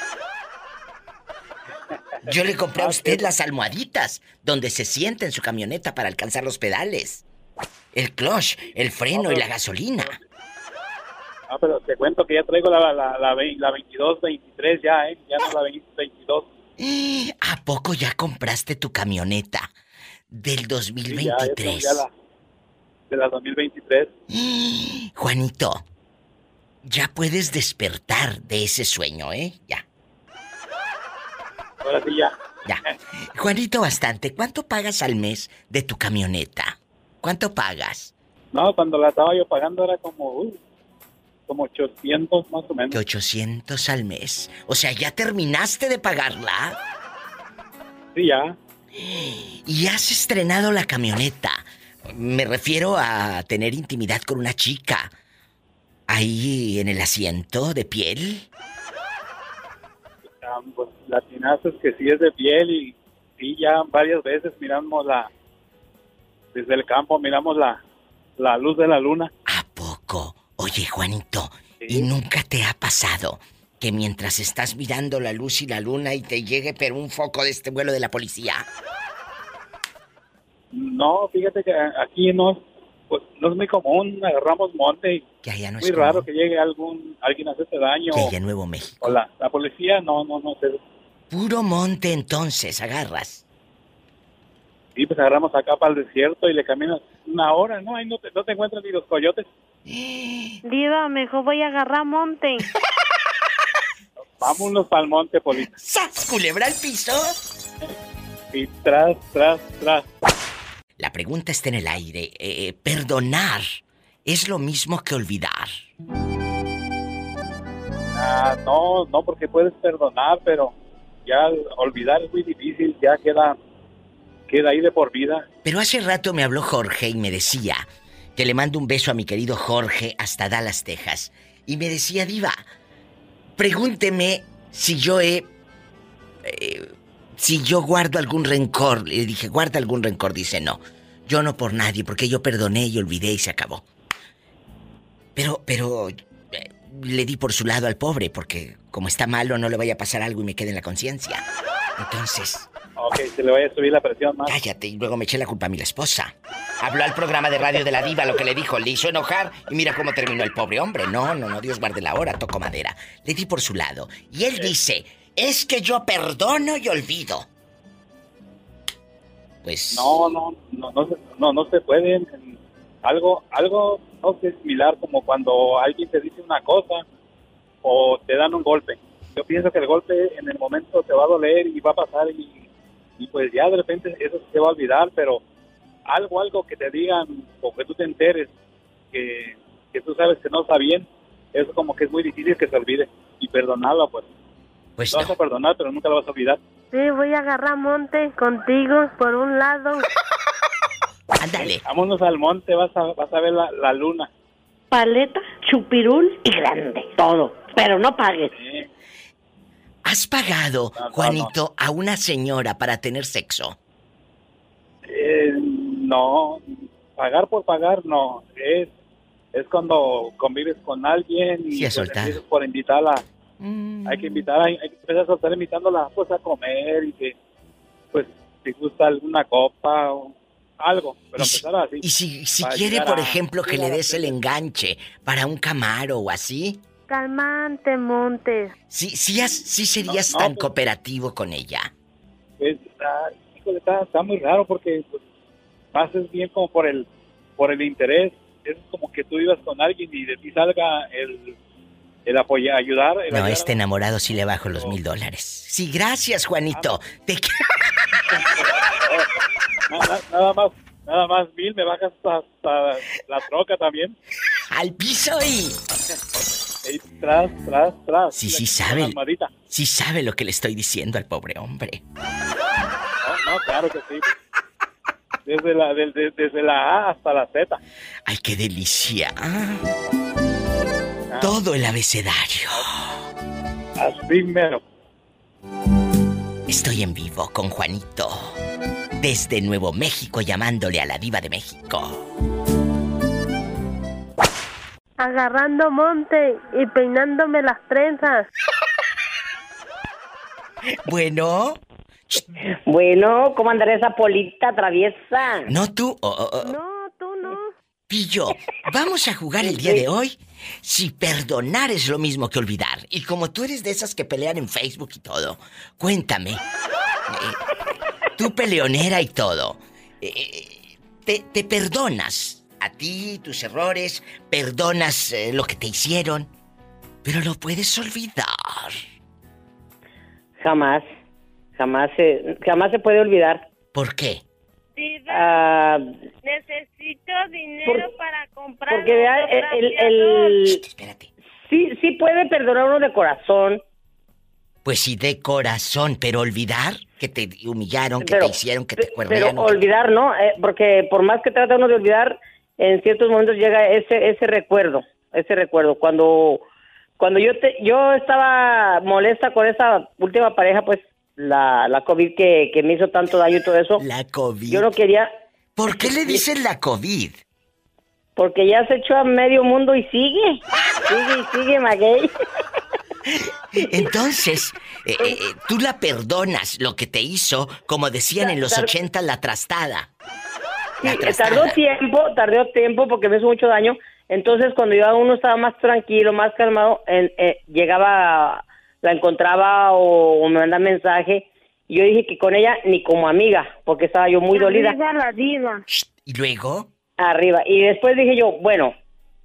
Yo le compré a usted las almohaditas donde se sienta en su camioneta para alcanzar los pedales. El clutch, el freno y la gasolina. Pero te cuento que ya traigo la 22-23 ya, ya no la 22. ¿A poco ya compraste tu camioneta del 2023? de la 2023. Juanito, ya puedes despertar de ese sueño, ¿eh? Ya. Ahora sí ya. Ya. Juanito, bastante. ¿Cuánto pagas al mes de tu camioneta? ¿Cuánto pagas? No, cuando la estaba yo pagando era como 800 más o menos. Que 800 al mes. O sea, ¿ya terminaste de pagarla? Sí, ya. ¿Y has estrenado la camioneta? Me refiero a tener intimidad con una chica. Ahí en el asiento de piel. Pues latinazo es que sí es de piel y sí, ya varias veces miramos desde el campo miramos la luz de la luna. ¿A poco? Oye, Juanito, sí. ¿Y nunca te ha pasado que mientras estás mirando la luz y la luna y te llegue pero un foco de este vuelo de la policía? No, fíjate que aquí no es muy común, agarramos monte y que allá no muy es raro común. que llegue alguien a hacerte daño. Que allá en Nuevo México. O la policía, no sé. Puro monte entonces, agarras. Sí, pues agarramos acá para el desierto y le caminas una hora, ¿no? Ahí no te encuentran ni los coyotes. Diva, mejor voy a agarrar monte. Vámonos para el monte, Polita. ¡Sas, culebra al piso! Y tras. La pregunta está en el aire. ¿Perdonar es lo mismo que olvidar? No, porque puedes perdonar, pero ya olvidar es muy difícil, ya queda ahí de por vida. Pero hace rato me habló Jorge y me decía que le mando un beso a mi querido Jorge hasta Dallas, Texas. Y me decía, Diva, pregúnteme si yo guardo algún rencor. Le dije, ¿guarda algún rencor? Dice, no, yo no por nadie, porque yo perdoné y olvidé y se acabó. Pero le di por su lado al pobre, porque como está malo no le vaya a pasar algo y me quede en la conciencia. Entonces... Ok, se le vaya a subir la presión más. Cállate, y luego me eché la culpa a mi esposa. Habló al programa de radio de la Diva, lo que le dijo, le hizo enojar y mira cómo terminó el pobre hombre. No, Dios guarde la hora, toco madera. Le di por su lado. Y él dice, es que yo perdono y olvido. Pues... No se puede. Algo no sé, similar como cuando alguien te dice una cosa o te dan un golpe. Yo pienso que el golpe en el momento te va a doler y va a pasar y pues ya de repente eso se va a olvidar, pero algo que te digan o que tú te enteres que tú sabes que no está bien, eso como que es muy difícil que se olvide. Y perdonarlo, pues no vas a perdonar, pero nunca lo vas a olvidar. Sí, voy a agarrar monte contigo por un lado. Ándale. Vámonos al monte, vas a ver la luna. Paleta, chupirul y grande, todo, pero no pagues. Sí. ¿Has pagado, Juanito, a una señora para tener sexo? No, pagar por pagar no. Es cuando convives con alguien y sí, pues, soltar. Por invitarla. Hay que empezar a soltar invitándola pues a comer y que pues si gusta alguna copa o algo, pero empezar así. Y si quiere, por ejemplo, que le des el enganche para un Camaro o así. Calmante, Montes. Sí serías tan cooperativo con ella. Pues, está muy raro porque pues, pases bien como por el interés. Es como que tú vivas con alguien y de ti salga el apoyar, ayudar. No, este enamorado sí le bajo los $1,000. Sí, gracias, Juanito. Nada más 1,000, me bajas hasta la troca también. Al piso y tras. Sí sabe. Sí sabe lo que le estoy diciendo al pobre hombre. No, claro que sí. Desde la A hasta la Z. Ay, qué delicia. Todo el abecedario. Así mero. Estoy en vivo con Juanito. Desde Nuevo México, llamándole a la Diva de México. Agarrando monte y peinándome las trenzas. Bueno, ¿cómo andará esa polita traviesa? No, tú. No, tú no. Pillo, vamos a jugar el día de hoy. Si perdonar es lo mismo que olvidar. Y como tú eres de esas que pelean en Facebook y todo, cuéntame. Tú peleonera y todo. ¿Te perdonas a ti, tus errores, perdonas lo que te hicieron, pero lo puedes olvidar. Jamás se puede olvidar. ¿Por qué? Necesito dinero para comprar. Porque vea, Espérate. Sí puede perdonar uno de corazón. Pues sí, de corazón, pero olvidar que te humillaron, que te hicieron, que te cuernearon. Pero olvidar, ¿no? Porque por más que trata uno de olvidar, en ciertos momentos llega ese recuerdo. Cuando yo estaba molesta con esa última pareja, pues la COVID que me hizo tanto daño y todo eso. La COVID. Yo no quería. ¿Por qué le dicen la COVID? Porque ya se echó a medio mundo y sigue, maguey. Entonces, tú la perdonas lo que te hizo, como decían en los 80, la trastada. Tardó tiempo porque me hizo mucho daño. Entonces, cuando yo uno estaba más tranquilo, más calmado, llegaba, la encontraba o me mandaba mensaje. Y yo dije que con ella ni como amiga, porque estaba yo muy dolida. Arriba la diva. ¿Y luego? Arriba. Y después dije yo, bueno,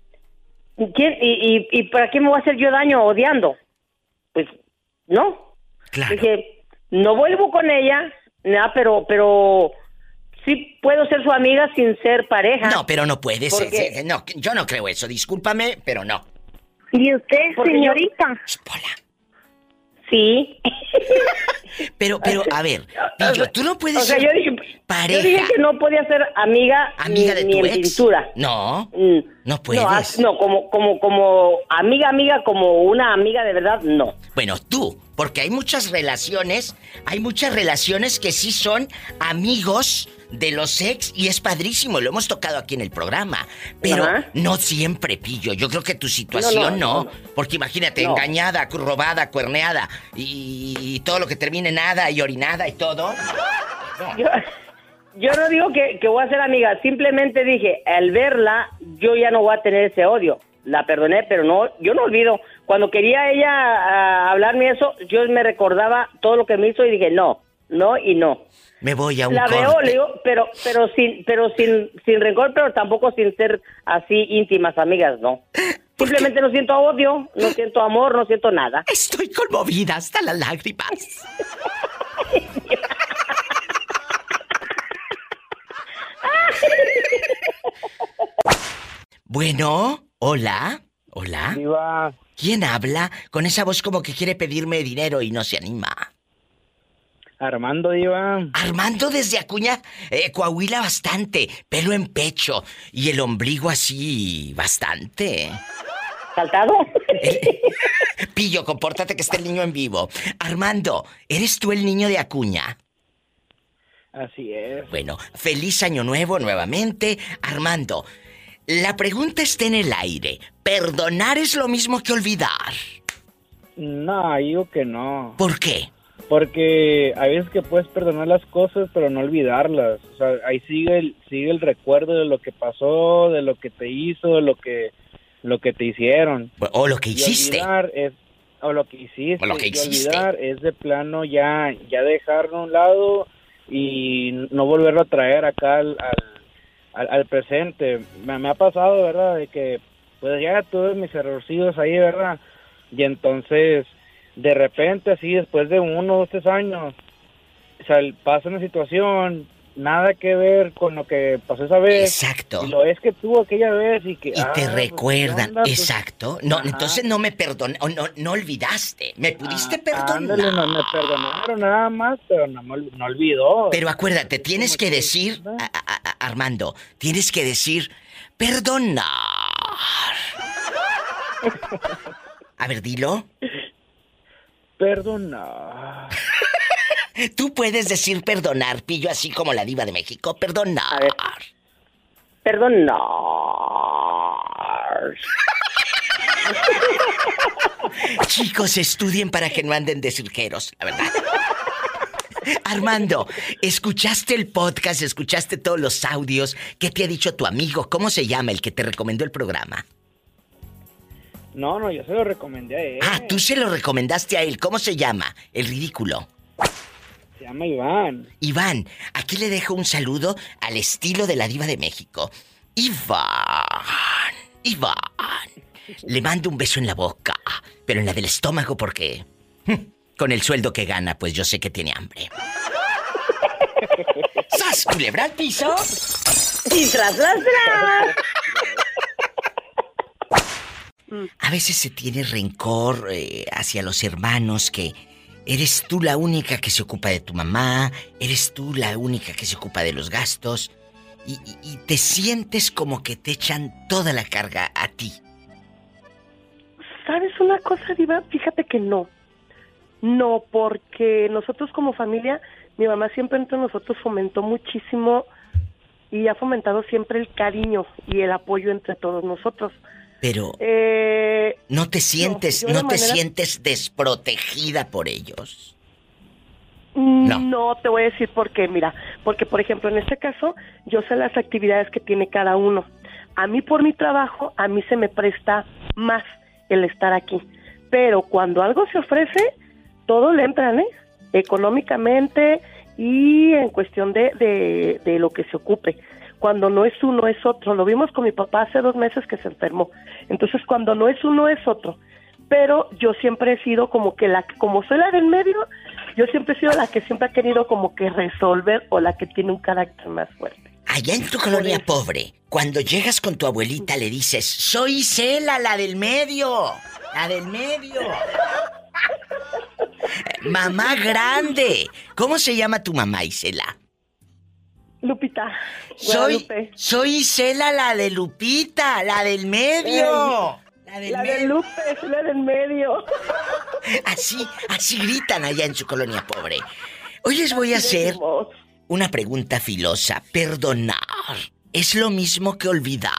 ¿y para qué me voy a hacer yo daño odiando? Pues, no. Claro. Dije, no vuelvo con ella, nada, pero sí puedo ser su amiga sin ser pareja. No, pero no puedes. Porque... No, yo no creo eso. Discúlpame, pero no. ¿Y usted, señorita? Hola. Sí. Pero, a ver, Pillo, tú no puedes ser yo dije que no podía ser amiga de ni tu en ex. pintura. No, no puedes. No, como amiga, como una amiga de verdad, no. Bueno, tú, porque hay muchas relaciones que sí son amigos de los ex y es padrísimo, lo hemos tocado aquí en el programa, pero no siempre, Pillo. Yo creo que tu situación no. Porque imagínate, engañada, robada, cuerneada y todo lo que termine nada y orinada y todo. No. Yo no digo que voy a ser amiga, simplemente dije, al verla, yo ya no voy a tener ese odio. La perdoné, pero yo no olvido. Cuando quería ella hablarme eso, yo me recordaba todo lo que me hizo y dije, no y no. Me voy a un La corte. veo, le digo, pero sin rencor, pero tampoco sin ser así íntimas amigas, no. Simplemente no siento odio, no siento amor, no siento nada. Estoy conmovida hasta las lágrimas. Bueno, hola. Diva. ¿Quién habla? Con esa voz como que quiere pedirme dinero y no se anima. Armando, Diva. Armando desde Acuña, Coahuila bastante, pelo en pecho y el ombligo así bastante. ¿Saltado? Pillo, compórtate que está el niño en vivo. Armando, ¿eres tú el niño de Acuña? Así es. Bueno, feliz año nuevo nuevamente. Armando, la pregunta está en el aire. ¿Perdonar es lo mismo que olvidar? No, digo que no. ¿Por qué? Porque hay veces que puedes perdonar las cosas, pero no olvidarlas. O sea, ahí sigue el recuerdo de lo que pasó, de lo que te hizo, de lo que te hicieron. O lo que hiciste. O lo que hiciste. Y olvidar es de plano ya dejarlo a un lado y no volverlo a traer acá al presente. Me ha pasado, ¿verdad? De que pues ya tuve mis errorcillos ahí, ¿verdad? Y entonces, de repente, así, después de 1 o 3 años, o sea, pasa una situación, nada que ver con lo que pasó esa vez. Exacto. Y lo es que tuvo aquella vez y que... Y te recuerdan, pues, exacto. No, ajá. Entonces no me perdoné, o no olvidaste. Me pudiste perdonar. Ándale, no me perdonaron nada más, pero no olvidó. Pero acuérdate, tienes que decir, Armando, tienes que decir, perdonar. A ver, dilo. Perdonar. Tú puedes decir perdonar, Pillo, así como la diva de México. Perdonar. Perdonar. Chicos, estudien para que no anden de cirqueros, la verdad. Armando, ¿escuchaste el podcast? ¿Escuchaste todos los audios? ¿Qué te ha dicho tu amigo? ¿Cómo se llama el que te recomendó el programa? No, yo se lo recomendé a él. Ah, tú se lo recomendaste a él. ¿Cómo se llama? El ridículo. Se llama Iván. Iván, aquí le dejo un saludo al estilo de la diva de México. Iván. Le mando un beso en la boca, pero en la del estómago porque... con el sueldo que gana, pues yo sé que tiene hambre. ¡Sas, culebra al piso! ¡Y tras, tras, tras! A veces se tiene rencor hacia los hermanos que eres tú la única que se ocupa de tu mamá, eres tú la única que se ocupa de los gastos y te sientes como que te echan toda la carga a ti. ¿Sabes una cosa, Diva? Fíjate que no. No, porque nosotros como familia, mi mamá siempre entre nosotros fomentó muchísimo y ha fomentado siempre el cariño y el apoyo entre todos nosotros. Pero no te sientes desprotegida por ellos. No te voy a decir por qué, mira, porque por ejemplo en este caso yo sé las actividades que tiene cada uno. A mí por mi trabajo, a mí se me presta más el estar aquí, pero cuando algo se ofrece, todo le entran, económicamente y en cuestión de lo que se ocupe. Cuando no es uno, es otro. Lo vimos con mi papá hace 2 meses que se enfermó. Entonces, cuando no es uno, es otro. Pero yo siempre he sido como que como soy la del medio, yo siempre he sido la que siempre ha querido como que resolver o la que tiene un carácter más fuerte. Allá en tu colonia pobre, cuando llegas con tu abuelita le dices, soy Isela, la del medio. La del medio. Mamá grande. ¿Cómo se llama tu mamá, Isela? Lupita. Soy Isela, la de Lupita, la del medio. La de Lupe, es la del medio. Así gritan allá en su colonia pobre. Hoy les voy a hacer una pregunta filosa. ¿Perdonar es lo mismo que olvidar?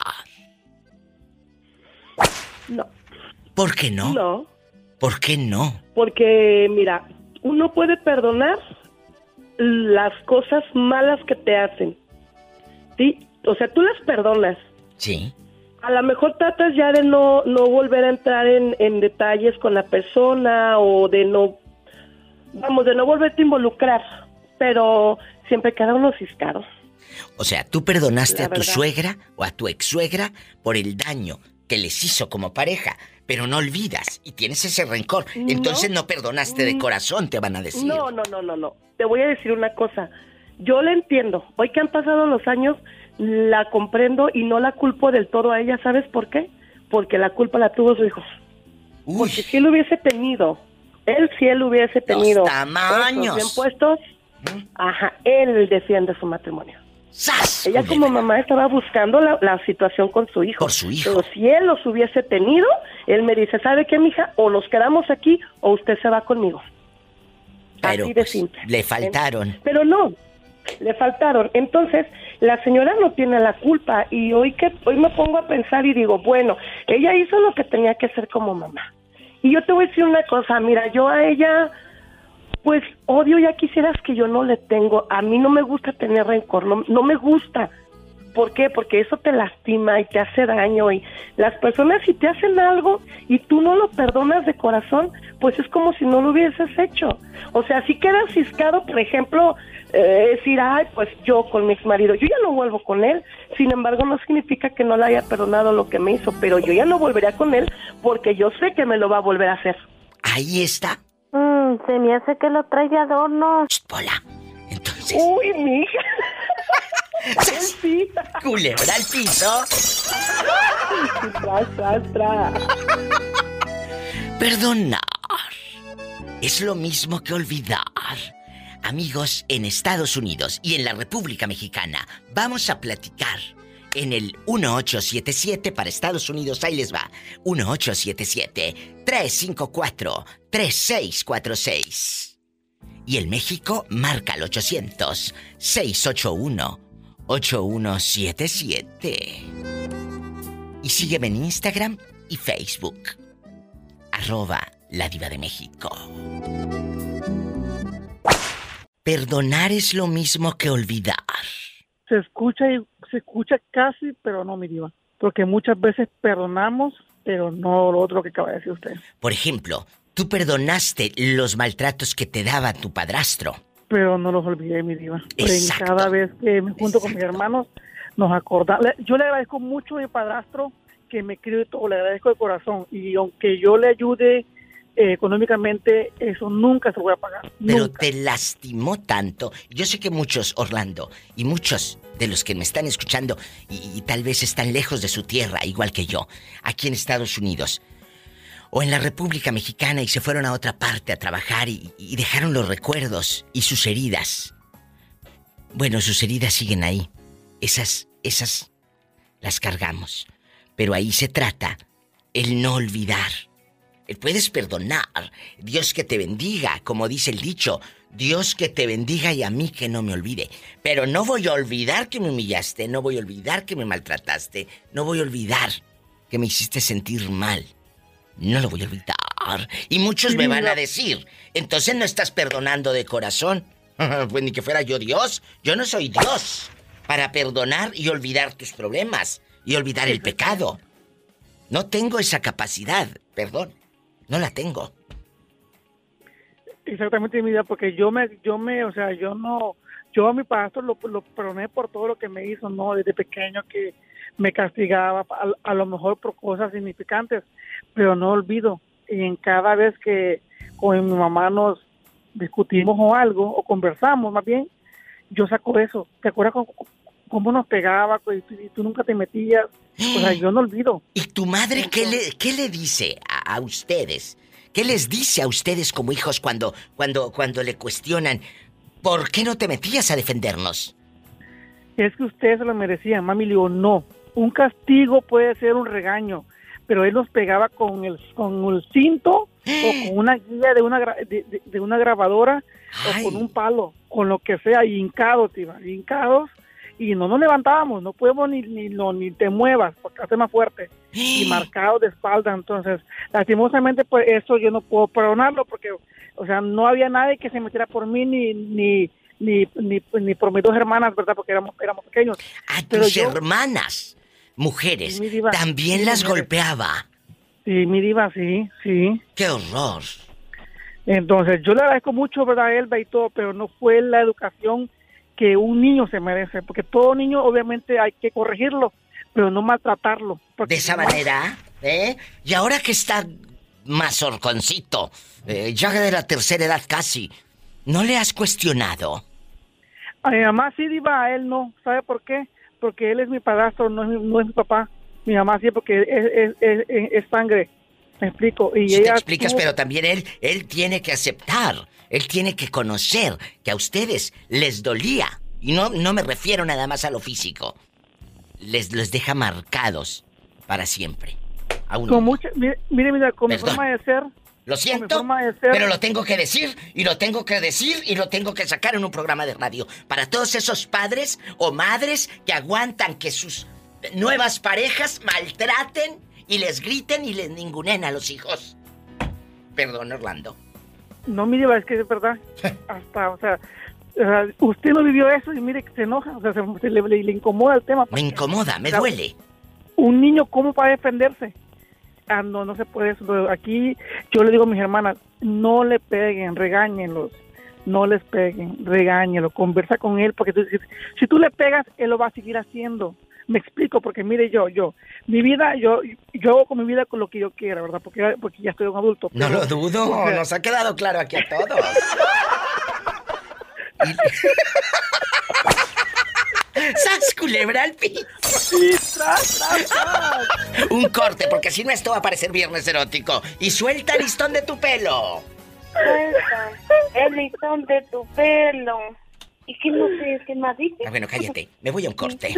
No. ¿Por qué no? No. ¿Por qué no? Porque, mira, uno puede perdonar las cosas malas que te hacen, ¿sí? O sea, tú las perdonas. Sí. A lo mejor tratas ya de no volver a entrar en detalles con la persona o de no volverte a involucrar, pero siempre queda uno ciscado. O sea, tú perdonaste a tu suegra o a tu ex-suegra por el daño que les hizo como pareja, pero no olvidas y tienes ese rencor. Entonces no perdonaste de corazón, te van a decir. No. Te voy a decir una cosa. Yo la entiendo. Hoy que han pasado los años, la comprendo y no la culpo del todo a ella. ¿Sabes por qué? Porque la culpa la tuvo su hijo. Porque si él hubiese tenido, los tamaños bien puestos, él defiende su matrimonio. ¡Sas! Ella como mamá estaba buscando la situación con su hijo. Por su hijo. Pero si él los hubiese tenido, él me dice, ¿sabe qué, mija? O nos quedamos aquí o usted se va conmigo. Pero así de simple. Le faltaron. Pero no, le faltaron. Entonces, la señora no tiene la culpa. Y hoy me pongo a pensar y digo, bueno, ella hizo lo que tenía que hacer como mamá. Y yo te voy a decir una cosa, mira, yo a ella... pues odio, ya quisieras que yo no le tengo. A mí no me gusta tener rencor, no me gusta. ¿Por qué? Porque eso te lastima y te hace daño. Y las personas, si te hacen algo y tú no lo perdonas de corazón, pues es como si no lo hubieses hecho. O sea, si quedas ciscado, por ejemplo, decir, ay, pues yo con mi exmarido, yo ya no vuelvo con él. Sin embargo, no significa que no le haya perdonado lo que me hizo, pero yo ya no volvería con él porque yo sé que me lo va a volver a hacer. Ahí está. Se me hace que lo trae de adorno. Pola. Entonces... ¡Uy, mija! Sí. Culebra al piso. Perdonar es lo mismo que olvidar. Amigos, en Estados Unidos y en la República Mexicana vamos a platicar en el 1877 para Estados Unidos, ahí les va. 1877-354-3646. Y en México marca el 800-681-8177. Y sígueme en Instagram y Facebook. @La Diva de México. Perdonar es lo mismo que olvidar. Se escucha casi, pero no, mi diva. Porque muchas veces perdonamos, pero no lo otro que acaba de decir usted. Por ejemplo, tú perdonaste los maltratos que te daba tu padrastro. Pero no los olvidé, mi diva. Exacto. Cada vez que me junto con mis hermanos, nos acordamos. Yo le agradezco mucho a mi padrastro que me crió y todo, le agradezco de corazón. Y aunque yo le ayude económicamente, eso nunca se voy a pagar. Pero nunca. te lastimó tanto. Yo sé que muchos, Orlando, y muchos de los que me están escuchando y tal vez están lejos de su tierra, igual que yo, aquí en Estados Unidos o en la República Mexicana y se fueron a otra parte a trabajar y dejaron los recuerdos y sus heridas. Bueno, sus heridas siguen ahí. Esas las cargamos. Pero ahí se trata el no olvidar. Puedes perdonar. Dios que te bendiga, como dice el dicho. Dios que te bendiga y a mí que no me olvide. Pero no voy a olvidar que me humillaste, no voy a olvidar que me maltrataste, no voy a olvidar que me hiciste sentir mal. No lo voy a olvidar. Y muchos me van a decir, entonces no estás perdonando de corazón. Pues ni que fuera yo Dios. Yo no soy Dios para perdonar y olvidar tus problemas y olvidar el pecado. No tengo esa capacidad, perdón. No la tengo. Exactamente, mi vida, porque yo a mi padrastro lo perdoné por todo lo que me hizo, ¿no? Desde pequeño que me castigaba, a lo mejor por cosas significantes, pero no olvido. Y en cada vez que con mi mamá nos discutimos o algo, o conversamos más bien, yo saco eso. ¿Te acuerdas cómo nos pegaba y tú nunca te metías? O sea, yo no olvido. ¿Y tu madre qué le dice a ustedes? ¿Qué les dice a ustedes como hijos cuando le cuestionan por qué no te metías a defendernos? Es que ustedes se lo merecían, mami. Le digo, no. Un castigo puede ser un regaño, pero él nos pegaba con el cinto o con una guía de una grabadora. Ay. O con un palo, con lo que sea, hincados, y no nos levantábamos, no podemos ni te muevas, porque hace más fuerte, y marcados de espalda. Entonces, lastimosamente, pues eso yo no puedo perdonarlo, porque, o sea, no había nadie que se metiera por mí, ni por mis dos hermanas, ¿verdad? Porque éramos pequeños. A tus hermanas, mujeres, sí, diva, también sí, las golpeaba. Sí, mi diva, sí. ¡Qué horror! Entonces, yo le agradezco mucho, ¿verdad, Elba y todo, pero no fue la educación que un niño se merece, porque todo niño obviamente hay que corregirlo, pero no maltratarlo. De esa manera, ¿eh? Y ahora que está más horconcito, ya de la tercera edad casi, ¿no le has cuestionado? A mi mamá sí, diva, a él no. ¿Sabe por qué? Porque él es mi padrastro, no es mi papá. Mi mamá sí, porque es sangre. Me explico. Y sí, ella te explicas, pero también él tiene que aceptar, él tiene que conocer que a ustedes les dolía. Y no me refiero nada más a lo físico. Les deja marcados para siempre. Con mucha, mire, con mi forma de ser. Lo siento, pero lo tengo que decir, y lo tengo que decir, y lo tengo que sacar en un programa de radio. Para todos esos padres o madres que aguantan que sus nuevas parejas maltraten y les griten y les ningunen a los hijos. Perdón, Orlando. No, mire, es que es verdad. Hasta, o sea, usted no vivió eso y mire que se enoja. O sea, le incomoda el tema. Me incomoda, me duele. Un niño, ¿cómo va a defenderse? No se puede eso. Aquí yo le digo a mis hermanas, no le peguen, regáñenlos. No les peguen, regáñenlo, conversa con él, porque si tú le pegas, él lo va a seguir haciendo. Me explico, porque mire, mi vida, yo hago con mi vida con lo que yo quiera, ¿verdad? Porque ya estoy un adulto. Pero, no lo dudo, o sea, nos ha quedado claro aquí a todos. ¡Sas, culebra al piso! Sí, tras. Un corte, porque si no esto va a parecer viernes erótico. Y suelta el listón de tu pelo. Suelta el listón de tu pelo. ¿Y qué no sé qué más dice? Ah, bueno, cállate. Me voy a un corte.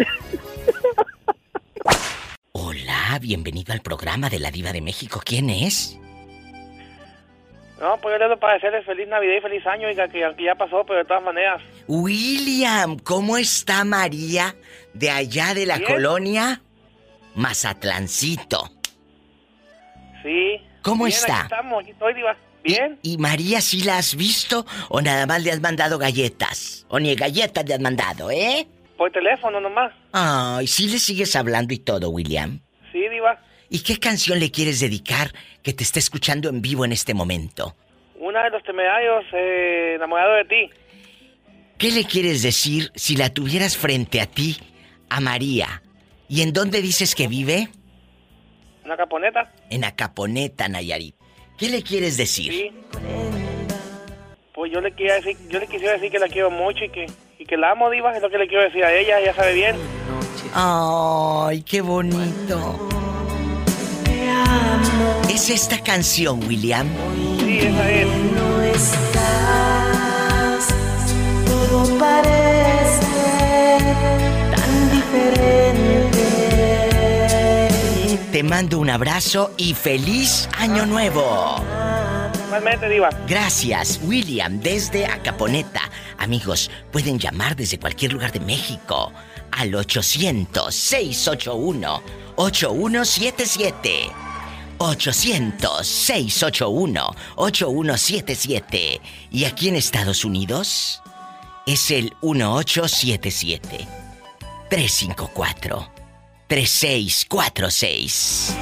Hola, bienvenido al programa de la Diva de México. ¿Quién es? No, pues yo le doy para desearles feliz Navidad y feliz año, oiga, que ya pasó, pero de todas maneras. William, ¿cómo está María de allá de la ¿Bien? colonia Mazatlancito? Sí. ¿Cómo bien, está? Aquí estamos, aquí estoy, diva. ¿Bien? ¿Y María sí la has visto o nada más le has mandado galletas? O ni galletas le has mandado, ¿eh? Por teléfono nomás. Ay, ¿sí le sigues hablando y todo, William? Sí, diva. ¿Y qué canción le quieres dedicar que te esté escuchando en vivo en este momento? Una de los Temerarios, Enamorado de ti. ¿Qué le quieres decir si la tuvieras frente a ti a María. ¿Y en dónde dices que vive? ¿Una caponeta? En Acaponeta, Nayarit. ¿Qué le quieres decir? Sí. Pues yo le quisiera decir que la quiero mucho y que la amo, diva, es lo que le quiero decir a ella sabe bien. ¡Ay, qué bonito! ¿Es esta canción, William? Sí, esa es. No estás, todo parece tan diferente. Te mando un abrazo y feliz Año Nuevo. Igualmente, diva. Gracias, William, desde Acaponeta. Amigos, pueden llamar desde cualquier lugar de México al 800-681-8177. 800-681-8177. Y aquí en Estados Unidos es el 1877-354-3646.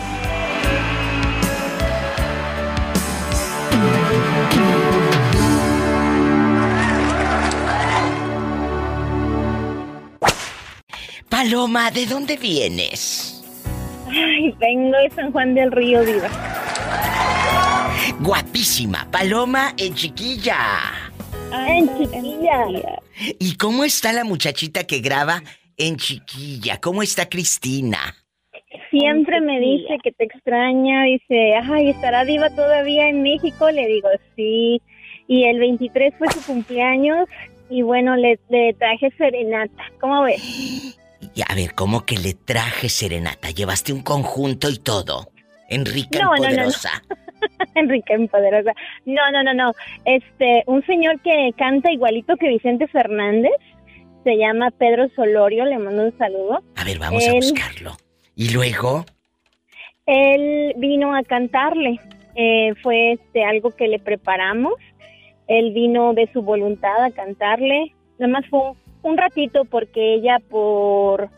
Paloma, ¿de dónde vienes? Ay, vengo de San Juan del Río, diva. Guapísima, Paloma en Chiquilla. En Chiquilla. ¿Y cómo está la muchachita que graba en Chiquilla? ¿Cómo está Cristina? Siempre me dice que te extraña, dice, ay, ¿estará diva todavía en México? Le digo, sí. Y el 23 fue su cumpleaños y bueno, le traje serenata. ¿Cómo ves? Y a ver, ¿cómo que le traje serenata? ¿Llevaste un conjunto y todo? Enrique No, Poderosa. No. Enrique Poderosa. No. Un señor que canta igualito que Vicente Fernández, se llama Pedro Solorio, le mando un saludo. A ver, vamos a buscarlo. ¿Y luego? Él vino a cantarle. Fue algo que le preparamos. Él vino de su voluntad a cantarle. Nada más fue un ratito porque ella por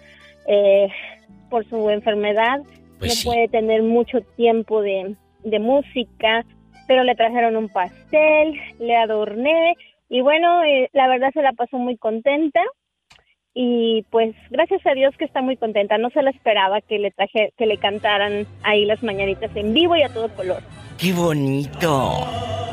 su enfermedad pues no sí. puede tener mucho tiempo de música, pero le trajeron un pastel, le adorné y bueno, la verdad se la pasó muy contenta y pues gracias a Dios que está muy contenta. No se la esperaba que le cantaran ahí las mañanitas en vivo y a todo color. ¡Qué bonito!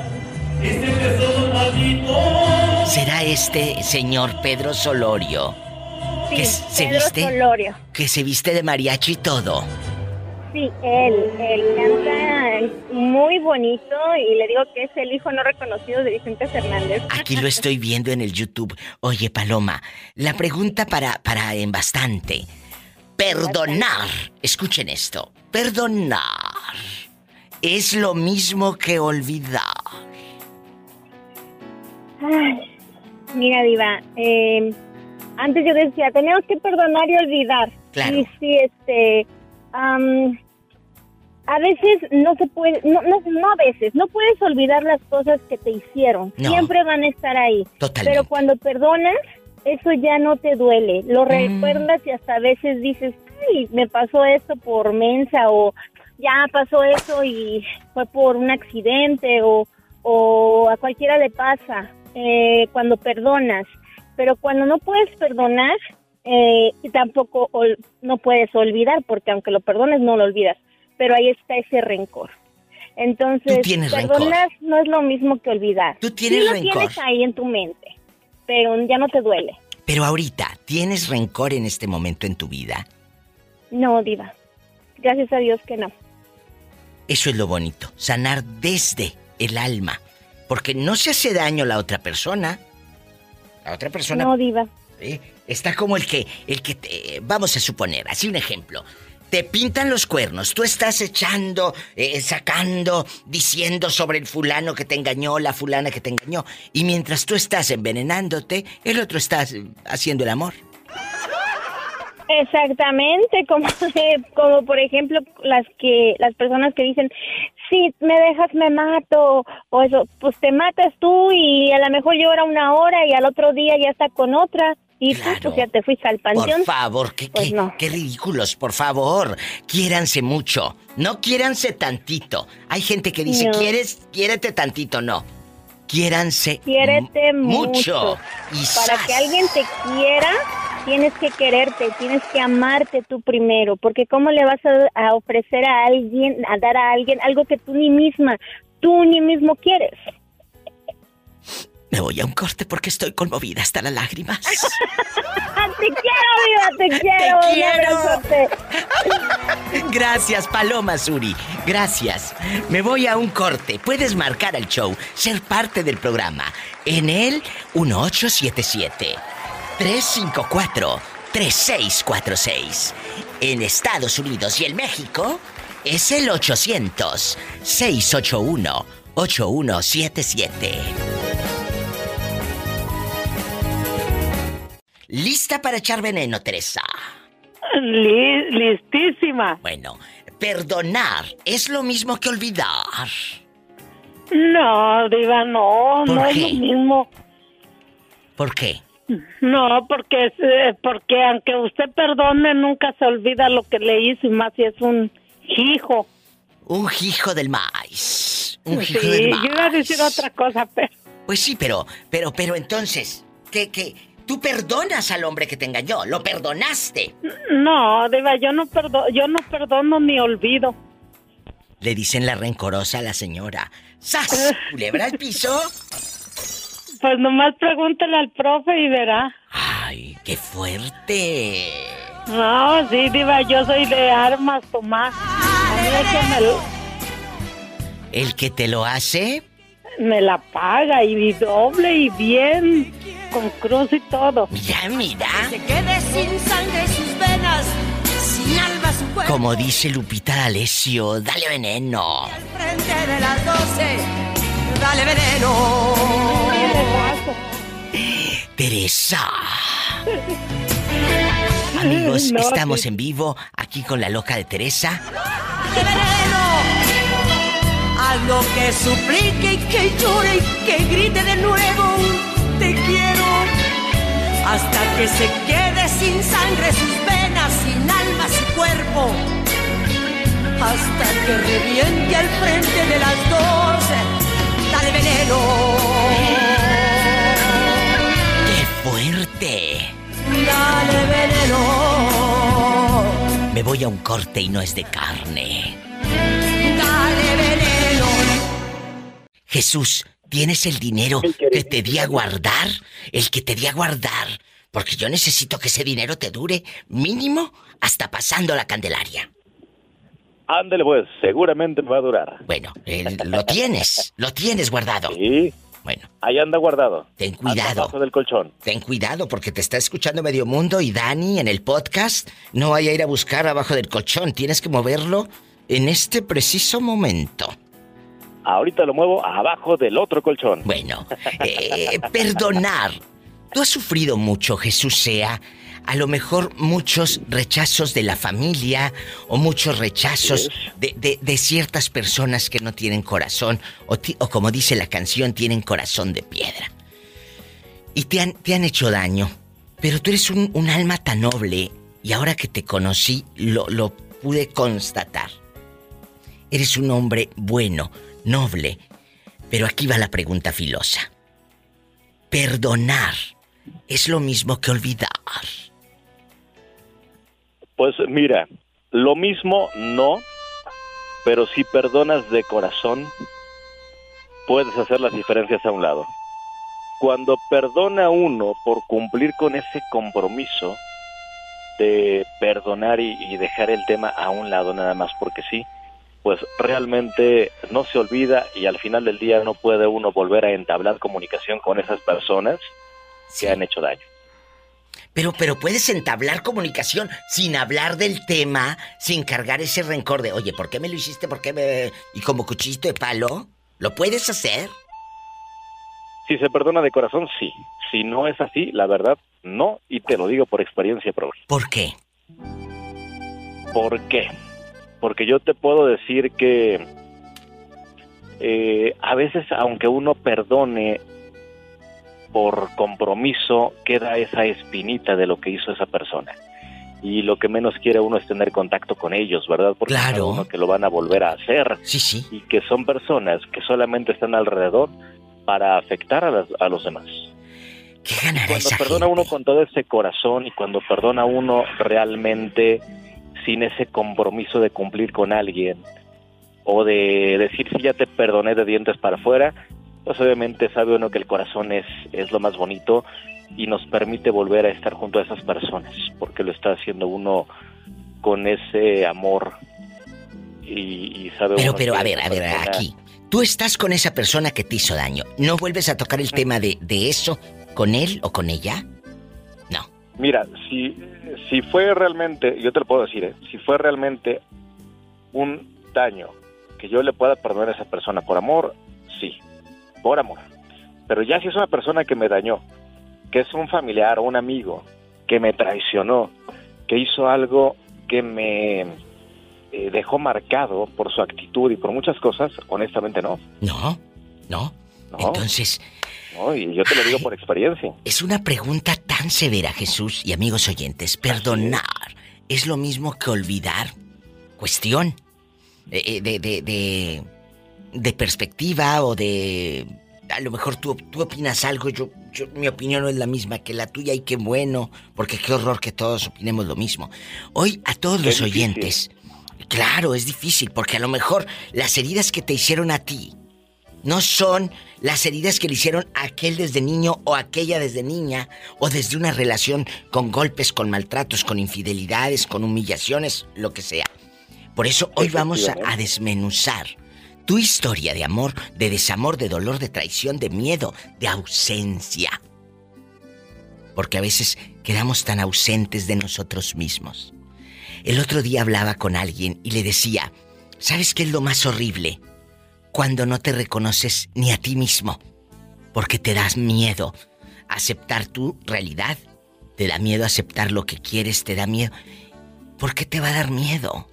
¿Será este señor Pedro Solorio? Sí, que se Pedro viste, Solorio. que se viste de mariachi y todo. Sí, él canta muy bonito y le digo que es el hijo no reconocido de Vicente Fernández. Aquí lo estoy viendo en el YouTube. Oye, Paloma, la pregunta para en bastante. Perdonar. Escuchen esto. Perdonar. ¿Es lo mismo que olvidar? Ay, mira, diva, antes yo decía, tenemos que perdonar y olvidar. Claro. Y sí, a veces no se puede, no a veces, no puedes olvidar las cosas que te hicieron. No. Siempre van a estar ahí. Totalmente. Pero cuando perdonas, eso ya no te duele. Lo recuerdas y hasta a veces dices, ay, me pasó esto por mensa o ya pasó eso y fue por un accidente o a cualquiera le pasa cuando perdonas. Pero cuando no puedes perdonar, tampoco no puedes olvidar, porque aunque lo perdones no lo olvidas, pero ahí está ese rencor. Entonces, perdonar no es lo mismo que olvidar. Tú tienes sí lo rencor. Tienes ahí en tu mente, pero ya no te duele. Pero ahorita, ¿tienes rencor en este momento en tu vida? No, diva. Gracias a Dios que no. Eso es lo bonito, sanar desde el alma, porque no se hace daño a la otra persona. La otra persona... No, diva. Está como el que vamos a suponer, así un ejemplo. Te pintan los cuernos, tú estás echando, sacando, diciendo sobre el fulano que te engañó, la fulana que te engañó. Y mientras tú estás envenenándote, el otro está haciendo el amor. Exactamente, como por ejemplo las personas que dicen, si me dejas me mato, o eso, pues te matas tú y a lo mejor llora una hora y al otro día ya está con otra. Y claro. Tú pues ya te fuiste al panteón. Por favor, qué ridículos, por favor. Quiéranse mucho, no quiéranse tantito. Hay gente que dice, No. quiérete tantito, no. Quiéranse Quiérete mucho. Y para ¡zas! que alguien te quiera, tienes que quererte, tienes que amarte tú primero, porque ¿cómo le vas a ofrecer a alguien, a dar a alguien algo que tú ni mismo quieres? Me voy a un corte porque estoy conmovida hasta las lágrimas. Te quiero, Diva, te quiero. Te quiero. Gracias, Paloma Suri. Gracias. Me voy a un corte. Puedes marcar al show, ser parte del programa en el 1877-354-3646. En Estados Unidos y en México es el 800-681-8177. ¿Lista para echar veneno, Teresa? Listísima. Bueno, perdonar es lo mismo que olvidar. No, Diva, no ¿Por es qué? lo mismo. ¿Por qué? No, porque aunque usted perdone, nunca se olvida lo que le hizo, y más si es un hijo. Un hijo del maíz. Un hijo Sí, del maíz. yo iba a decir otra cosa, pero... Pues sí, pero entonces, ¿qué? Tú perdonas al hombre que te engañó, lo perdonaste. No, Diva, yo no perdono ni olvido. Le dicen la rencorosa a la señora. ¡Sas! ¿Culebra al piso? Pues nomás pregúntele al profe y verá. ¡Ay, qué fuerte! No, sí, Diva, yo soy de armas, Tomás. A mí ¿El que te lo hace? me la paga y doble y bien, con cruz y todo. Mira. Se quede sin sangre sus venas, sin alma su cuerpo. Como dice Lupita D'Alessio, dale veneno. Frente de las 12, dale veneno. Teresa. Amigos, estamos en vivo aquí con la loca de Teresa. Dale veneno. Haz lo que suplique y que llore y que grite de nuevo. Te quiero. Hasta que se quede sin sangre sus venas, sin alma su cuerpo. Hasta que reviente al frente de las 12. Dale veneno. ¡Qué fuerte! Dale veneno. Me voy a un corte y no es de carne. Dale veneno. Jesús, ¿tienes el dinero que te di a guardar? El que te di a guardar. Porque yo necesito que ese dinero te dure mínimo hasta pasando la Candelaria. Ándale pues, seguramente me va a durar. Bueno, lo tienes guardado. Sí. Bueno. Ahí anda guardado. Ten cuidado. Abajo del colchón. Ten cuidado porque te está escuchando medio mundo y Dani en el podcast. No vaya a ir a buscar abajo del colchón. Tienes que moverlo en este preciso momento. Ahorita lo muevo abajo del otro colchón. Bueno, perdonar. Tú has sufrido mucho, Jesús sea. A lo mejor muchos rechazos de la familia o muchos rechazos de ciertas personas que no tienen corazón o como dice la canción, tienen corazón de piedra. Y te han hecho daño. Pero tú eres un alma tan noble y ahora que te conocí lo pude constatar. Eres un hombre bueno, noble. Pero aquí va la pregunta filosa. ¿Perdonar es lo mismo que olvidar? Pues mira, lo mismo no, pero si perdonas de corazón, puedes hacer las diferencias a un lado. Cuando perdona uno por cumplir con ese compromiso de perdonar y dejar el tema a un lado nada más porque sí, pues realmente no se olvida y al final del día no puede uno volver a entablar comunicación con esas personas que han hecho daño. Pero puedes entablar comunicación sin hablar del tema, sin cargar ese rencor de, oye, ¿por qué me lo hiciste? ¿Por qué me...? Y como cuchillito de palo, ¿lo puedes hacer? Si se perdona de corazón, sí. Si no es así, la verdad, no. Y te lo digo por experiencia propia. ¿Por qué? ¿Por qué? Porque yo te puedo decir que a veces, aunque uno perdone por compromiso, queda esa espinita de lo que hizo esa persona. Y lo que menos quiere uno es tener contacto con ellos, ¿verdad? Porque sabe uno que lo van a volver a hacer. Sí. Y que son personas que solamente están alrededor para afectar a los demás. ¿Qué ganará Cuando esa perdona gente? uno con todo ese corazón y cuando perdona uno realmente sin ese compromiso de cumplir con alguien o de decir sí, ya te perdoné de dientes para afuera, pues obviamente sabe uno que el corazón es lo más bonito y nos permite volver a estar junto a esas personas, porque lo está haciendo uno con ese amor y sabe uno Pero, que a ver, esa persona- aquí. Tú estás con esa persona que te hizo daño. ¿No vuelves a tocar el tema de eso con él o con ella? Mira, si fue realmente, yo te lo puedo decir, si fue realmente un daño que yo le pueda perdonar a esa persona por amor, sí, por amor. Pero ya si es una persona que me dañó, que es un familiar o un amigo, que me traicionó, que hizo algo que me dejó marcado por su actitud y por muchas cosas, honestamente no. No. Entonces... No, y yo te lo digo por experiencia. Es una pregunta tan severa, Jesús y amigos oyentes. ¿Perdonar es lo mismo que olvidar? Cuestión de perspectiva o de... A lo mejor tú opinas algo, yo mi opinión no es la misma que la tuya y qué bueno, porque qué horror que todos opinemos lo mismo. Hoy a todos los oyentes, claro, es difícil, porque a lo mejor las heridas que te hicieron a ti no son las heridas que le hicieron a aquel desde niño o aquella desde niña o desde una relación con golpes, con maltratos, con infidelidades, con humillaciones, lo que sea. Por eso hoy vamos a desmenuzar tu historia de amor, de desamor, de dolor, de traición, de miedo, de ausencia. Porque a veces quedamos tan ausentes de nosotros mismos. El otro día hablaba con alguien y le decía, ¿sabes qué es lo más horrible? Cuando no te reconoces ni a ti mismo, porque te das miedo a aceptar tu realidad, te da miedo aceptar lo que quieres, te da miedo. ¿Por qué te va a dar miedo?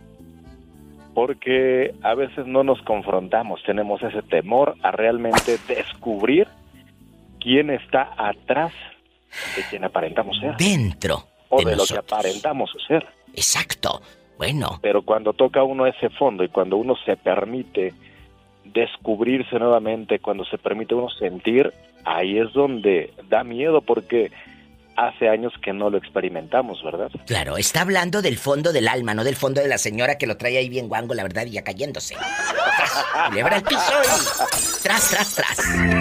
Porque a veces no nos confrontamos, tenemos ese temor a realmente descubrir quién está atrás de quien aparentamos ser. Dentro o de de lo nosotros. que aparentamos ser. Exacto. Bueno. Pero cuando toca uno ese fondo y cuando uno se permite descubrirse nuevamente, cuando se permite uno sentir, ahí es donde da miedo, porque hace años que no lo experimentamos, ¿verdad? Claro, está hablando del fondo del alma, no del fondo de la señora que lo trae ahí bien guango, la verdad, y ya cayéndose. Celebra el piso y... Tras.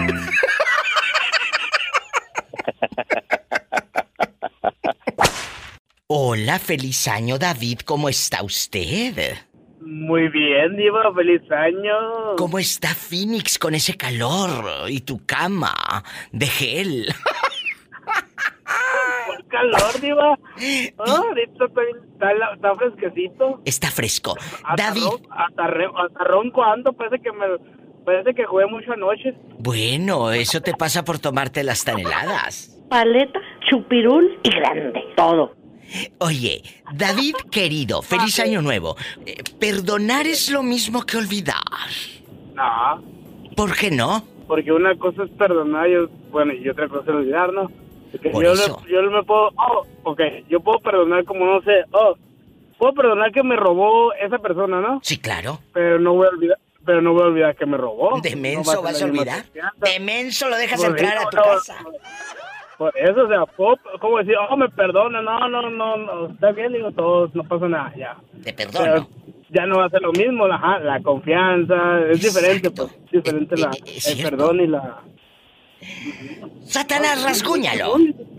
Hola, feliz año, David, ¿cómo está usted? Muy bien, Diva, feliz año. ¿Cómo está Phoenix con ese calor y tu cama de gel? ¿Cuál calor, Diva? Ahorita está fresquecito. Está fresco. Hasta David. Hasta ronco ando, parece que jugué mucho anoche. Bueno, eso te pasa por tomarte las tan heladas. Paleta, chupirul y grande, todo. Oye, David querido, feliz año nuevo. ¿Perdonar es lo mismo que olvidar? No. ¿Por qué no? Porque una cosa es perdonar y otra cosa es olvidar, ¿no? Porque Por yo eso. me puedo... yo puedo perdonar como, no sé... puedo perdonar que me robó esa persona, ¿no? Sí, claro. Pero no voy a olvidar que me robó. ¿De No menso va vas ser a la misma olvidar? confianza. ¿De menso lo dejas Por entrar eso, a tu casa? Por eso, o sea, ¿cómo decir? Me perdona, no, está bien, digo, todos, no pasa nada, ya. Te perdono. Pero ya no va a ser lo mismo, la confianza, es diferente, pues, diferente el perdón y la... Satanás, rasguñalo.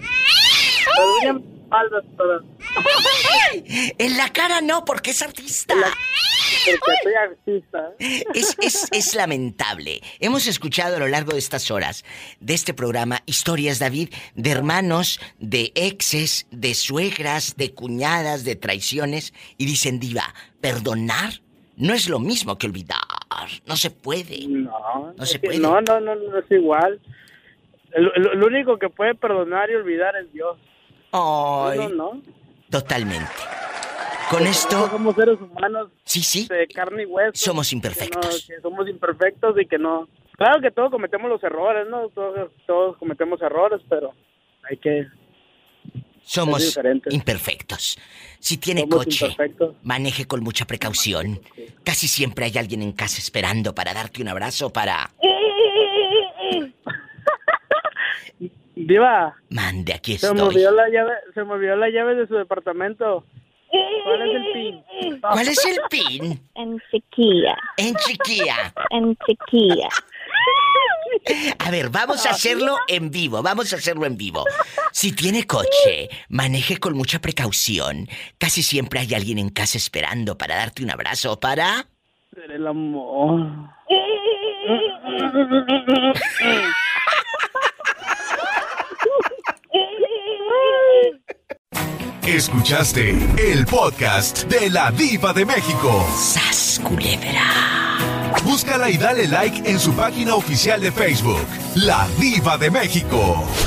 En la cara no, porque es artista. Porque soy artista. Es lamentable. Hemos escuchado a lo largo de estas horas de este programa historias, David, de hermanos, de exes, de suegras, de cuñadas, de traiciones. Y dicen, Diva, perdonar no es lo mismo que olvidar. No se puede. No se puede. No es igual. Lo único que puede perdonar y olvidar es Dios. Ay, No. Totalmente. Con Porque esto... somos seres humanos. Sí. De carne y hueso. Somos imperfectos. Que somos imperfectos y que no... Claro que todos cometemos los errores, ¿no? Todos cometemos errores, pero hay que... Somos imperfectos. Si tiene Somos coche, imperfectos. maneje con mucha precaución. Casi siempre hay alguien en casa esperando para darte un abrazo, para... Diva. Mande, aquí Se estoy. me olvidó la llave de su departamento. ¿Cuál es el PIN? ¿Cuál es el PIN? En Chiquilla. En Chiquilla. En Chiquilla. A ver, vamos a hacerlo en vivo, Si tiene coche, maneje con mucha precaución. Casi siempre hay alguien en casa esperando para darte un abrazo, para... Ser el amor. Escuchaste el podcast de La Diva de México. ¡Sas, culebra! Búscala y dale like en su página oficial de Facebook, La Diva de México.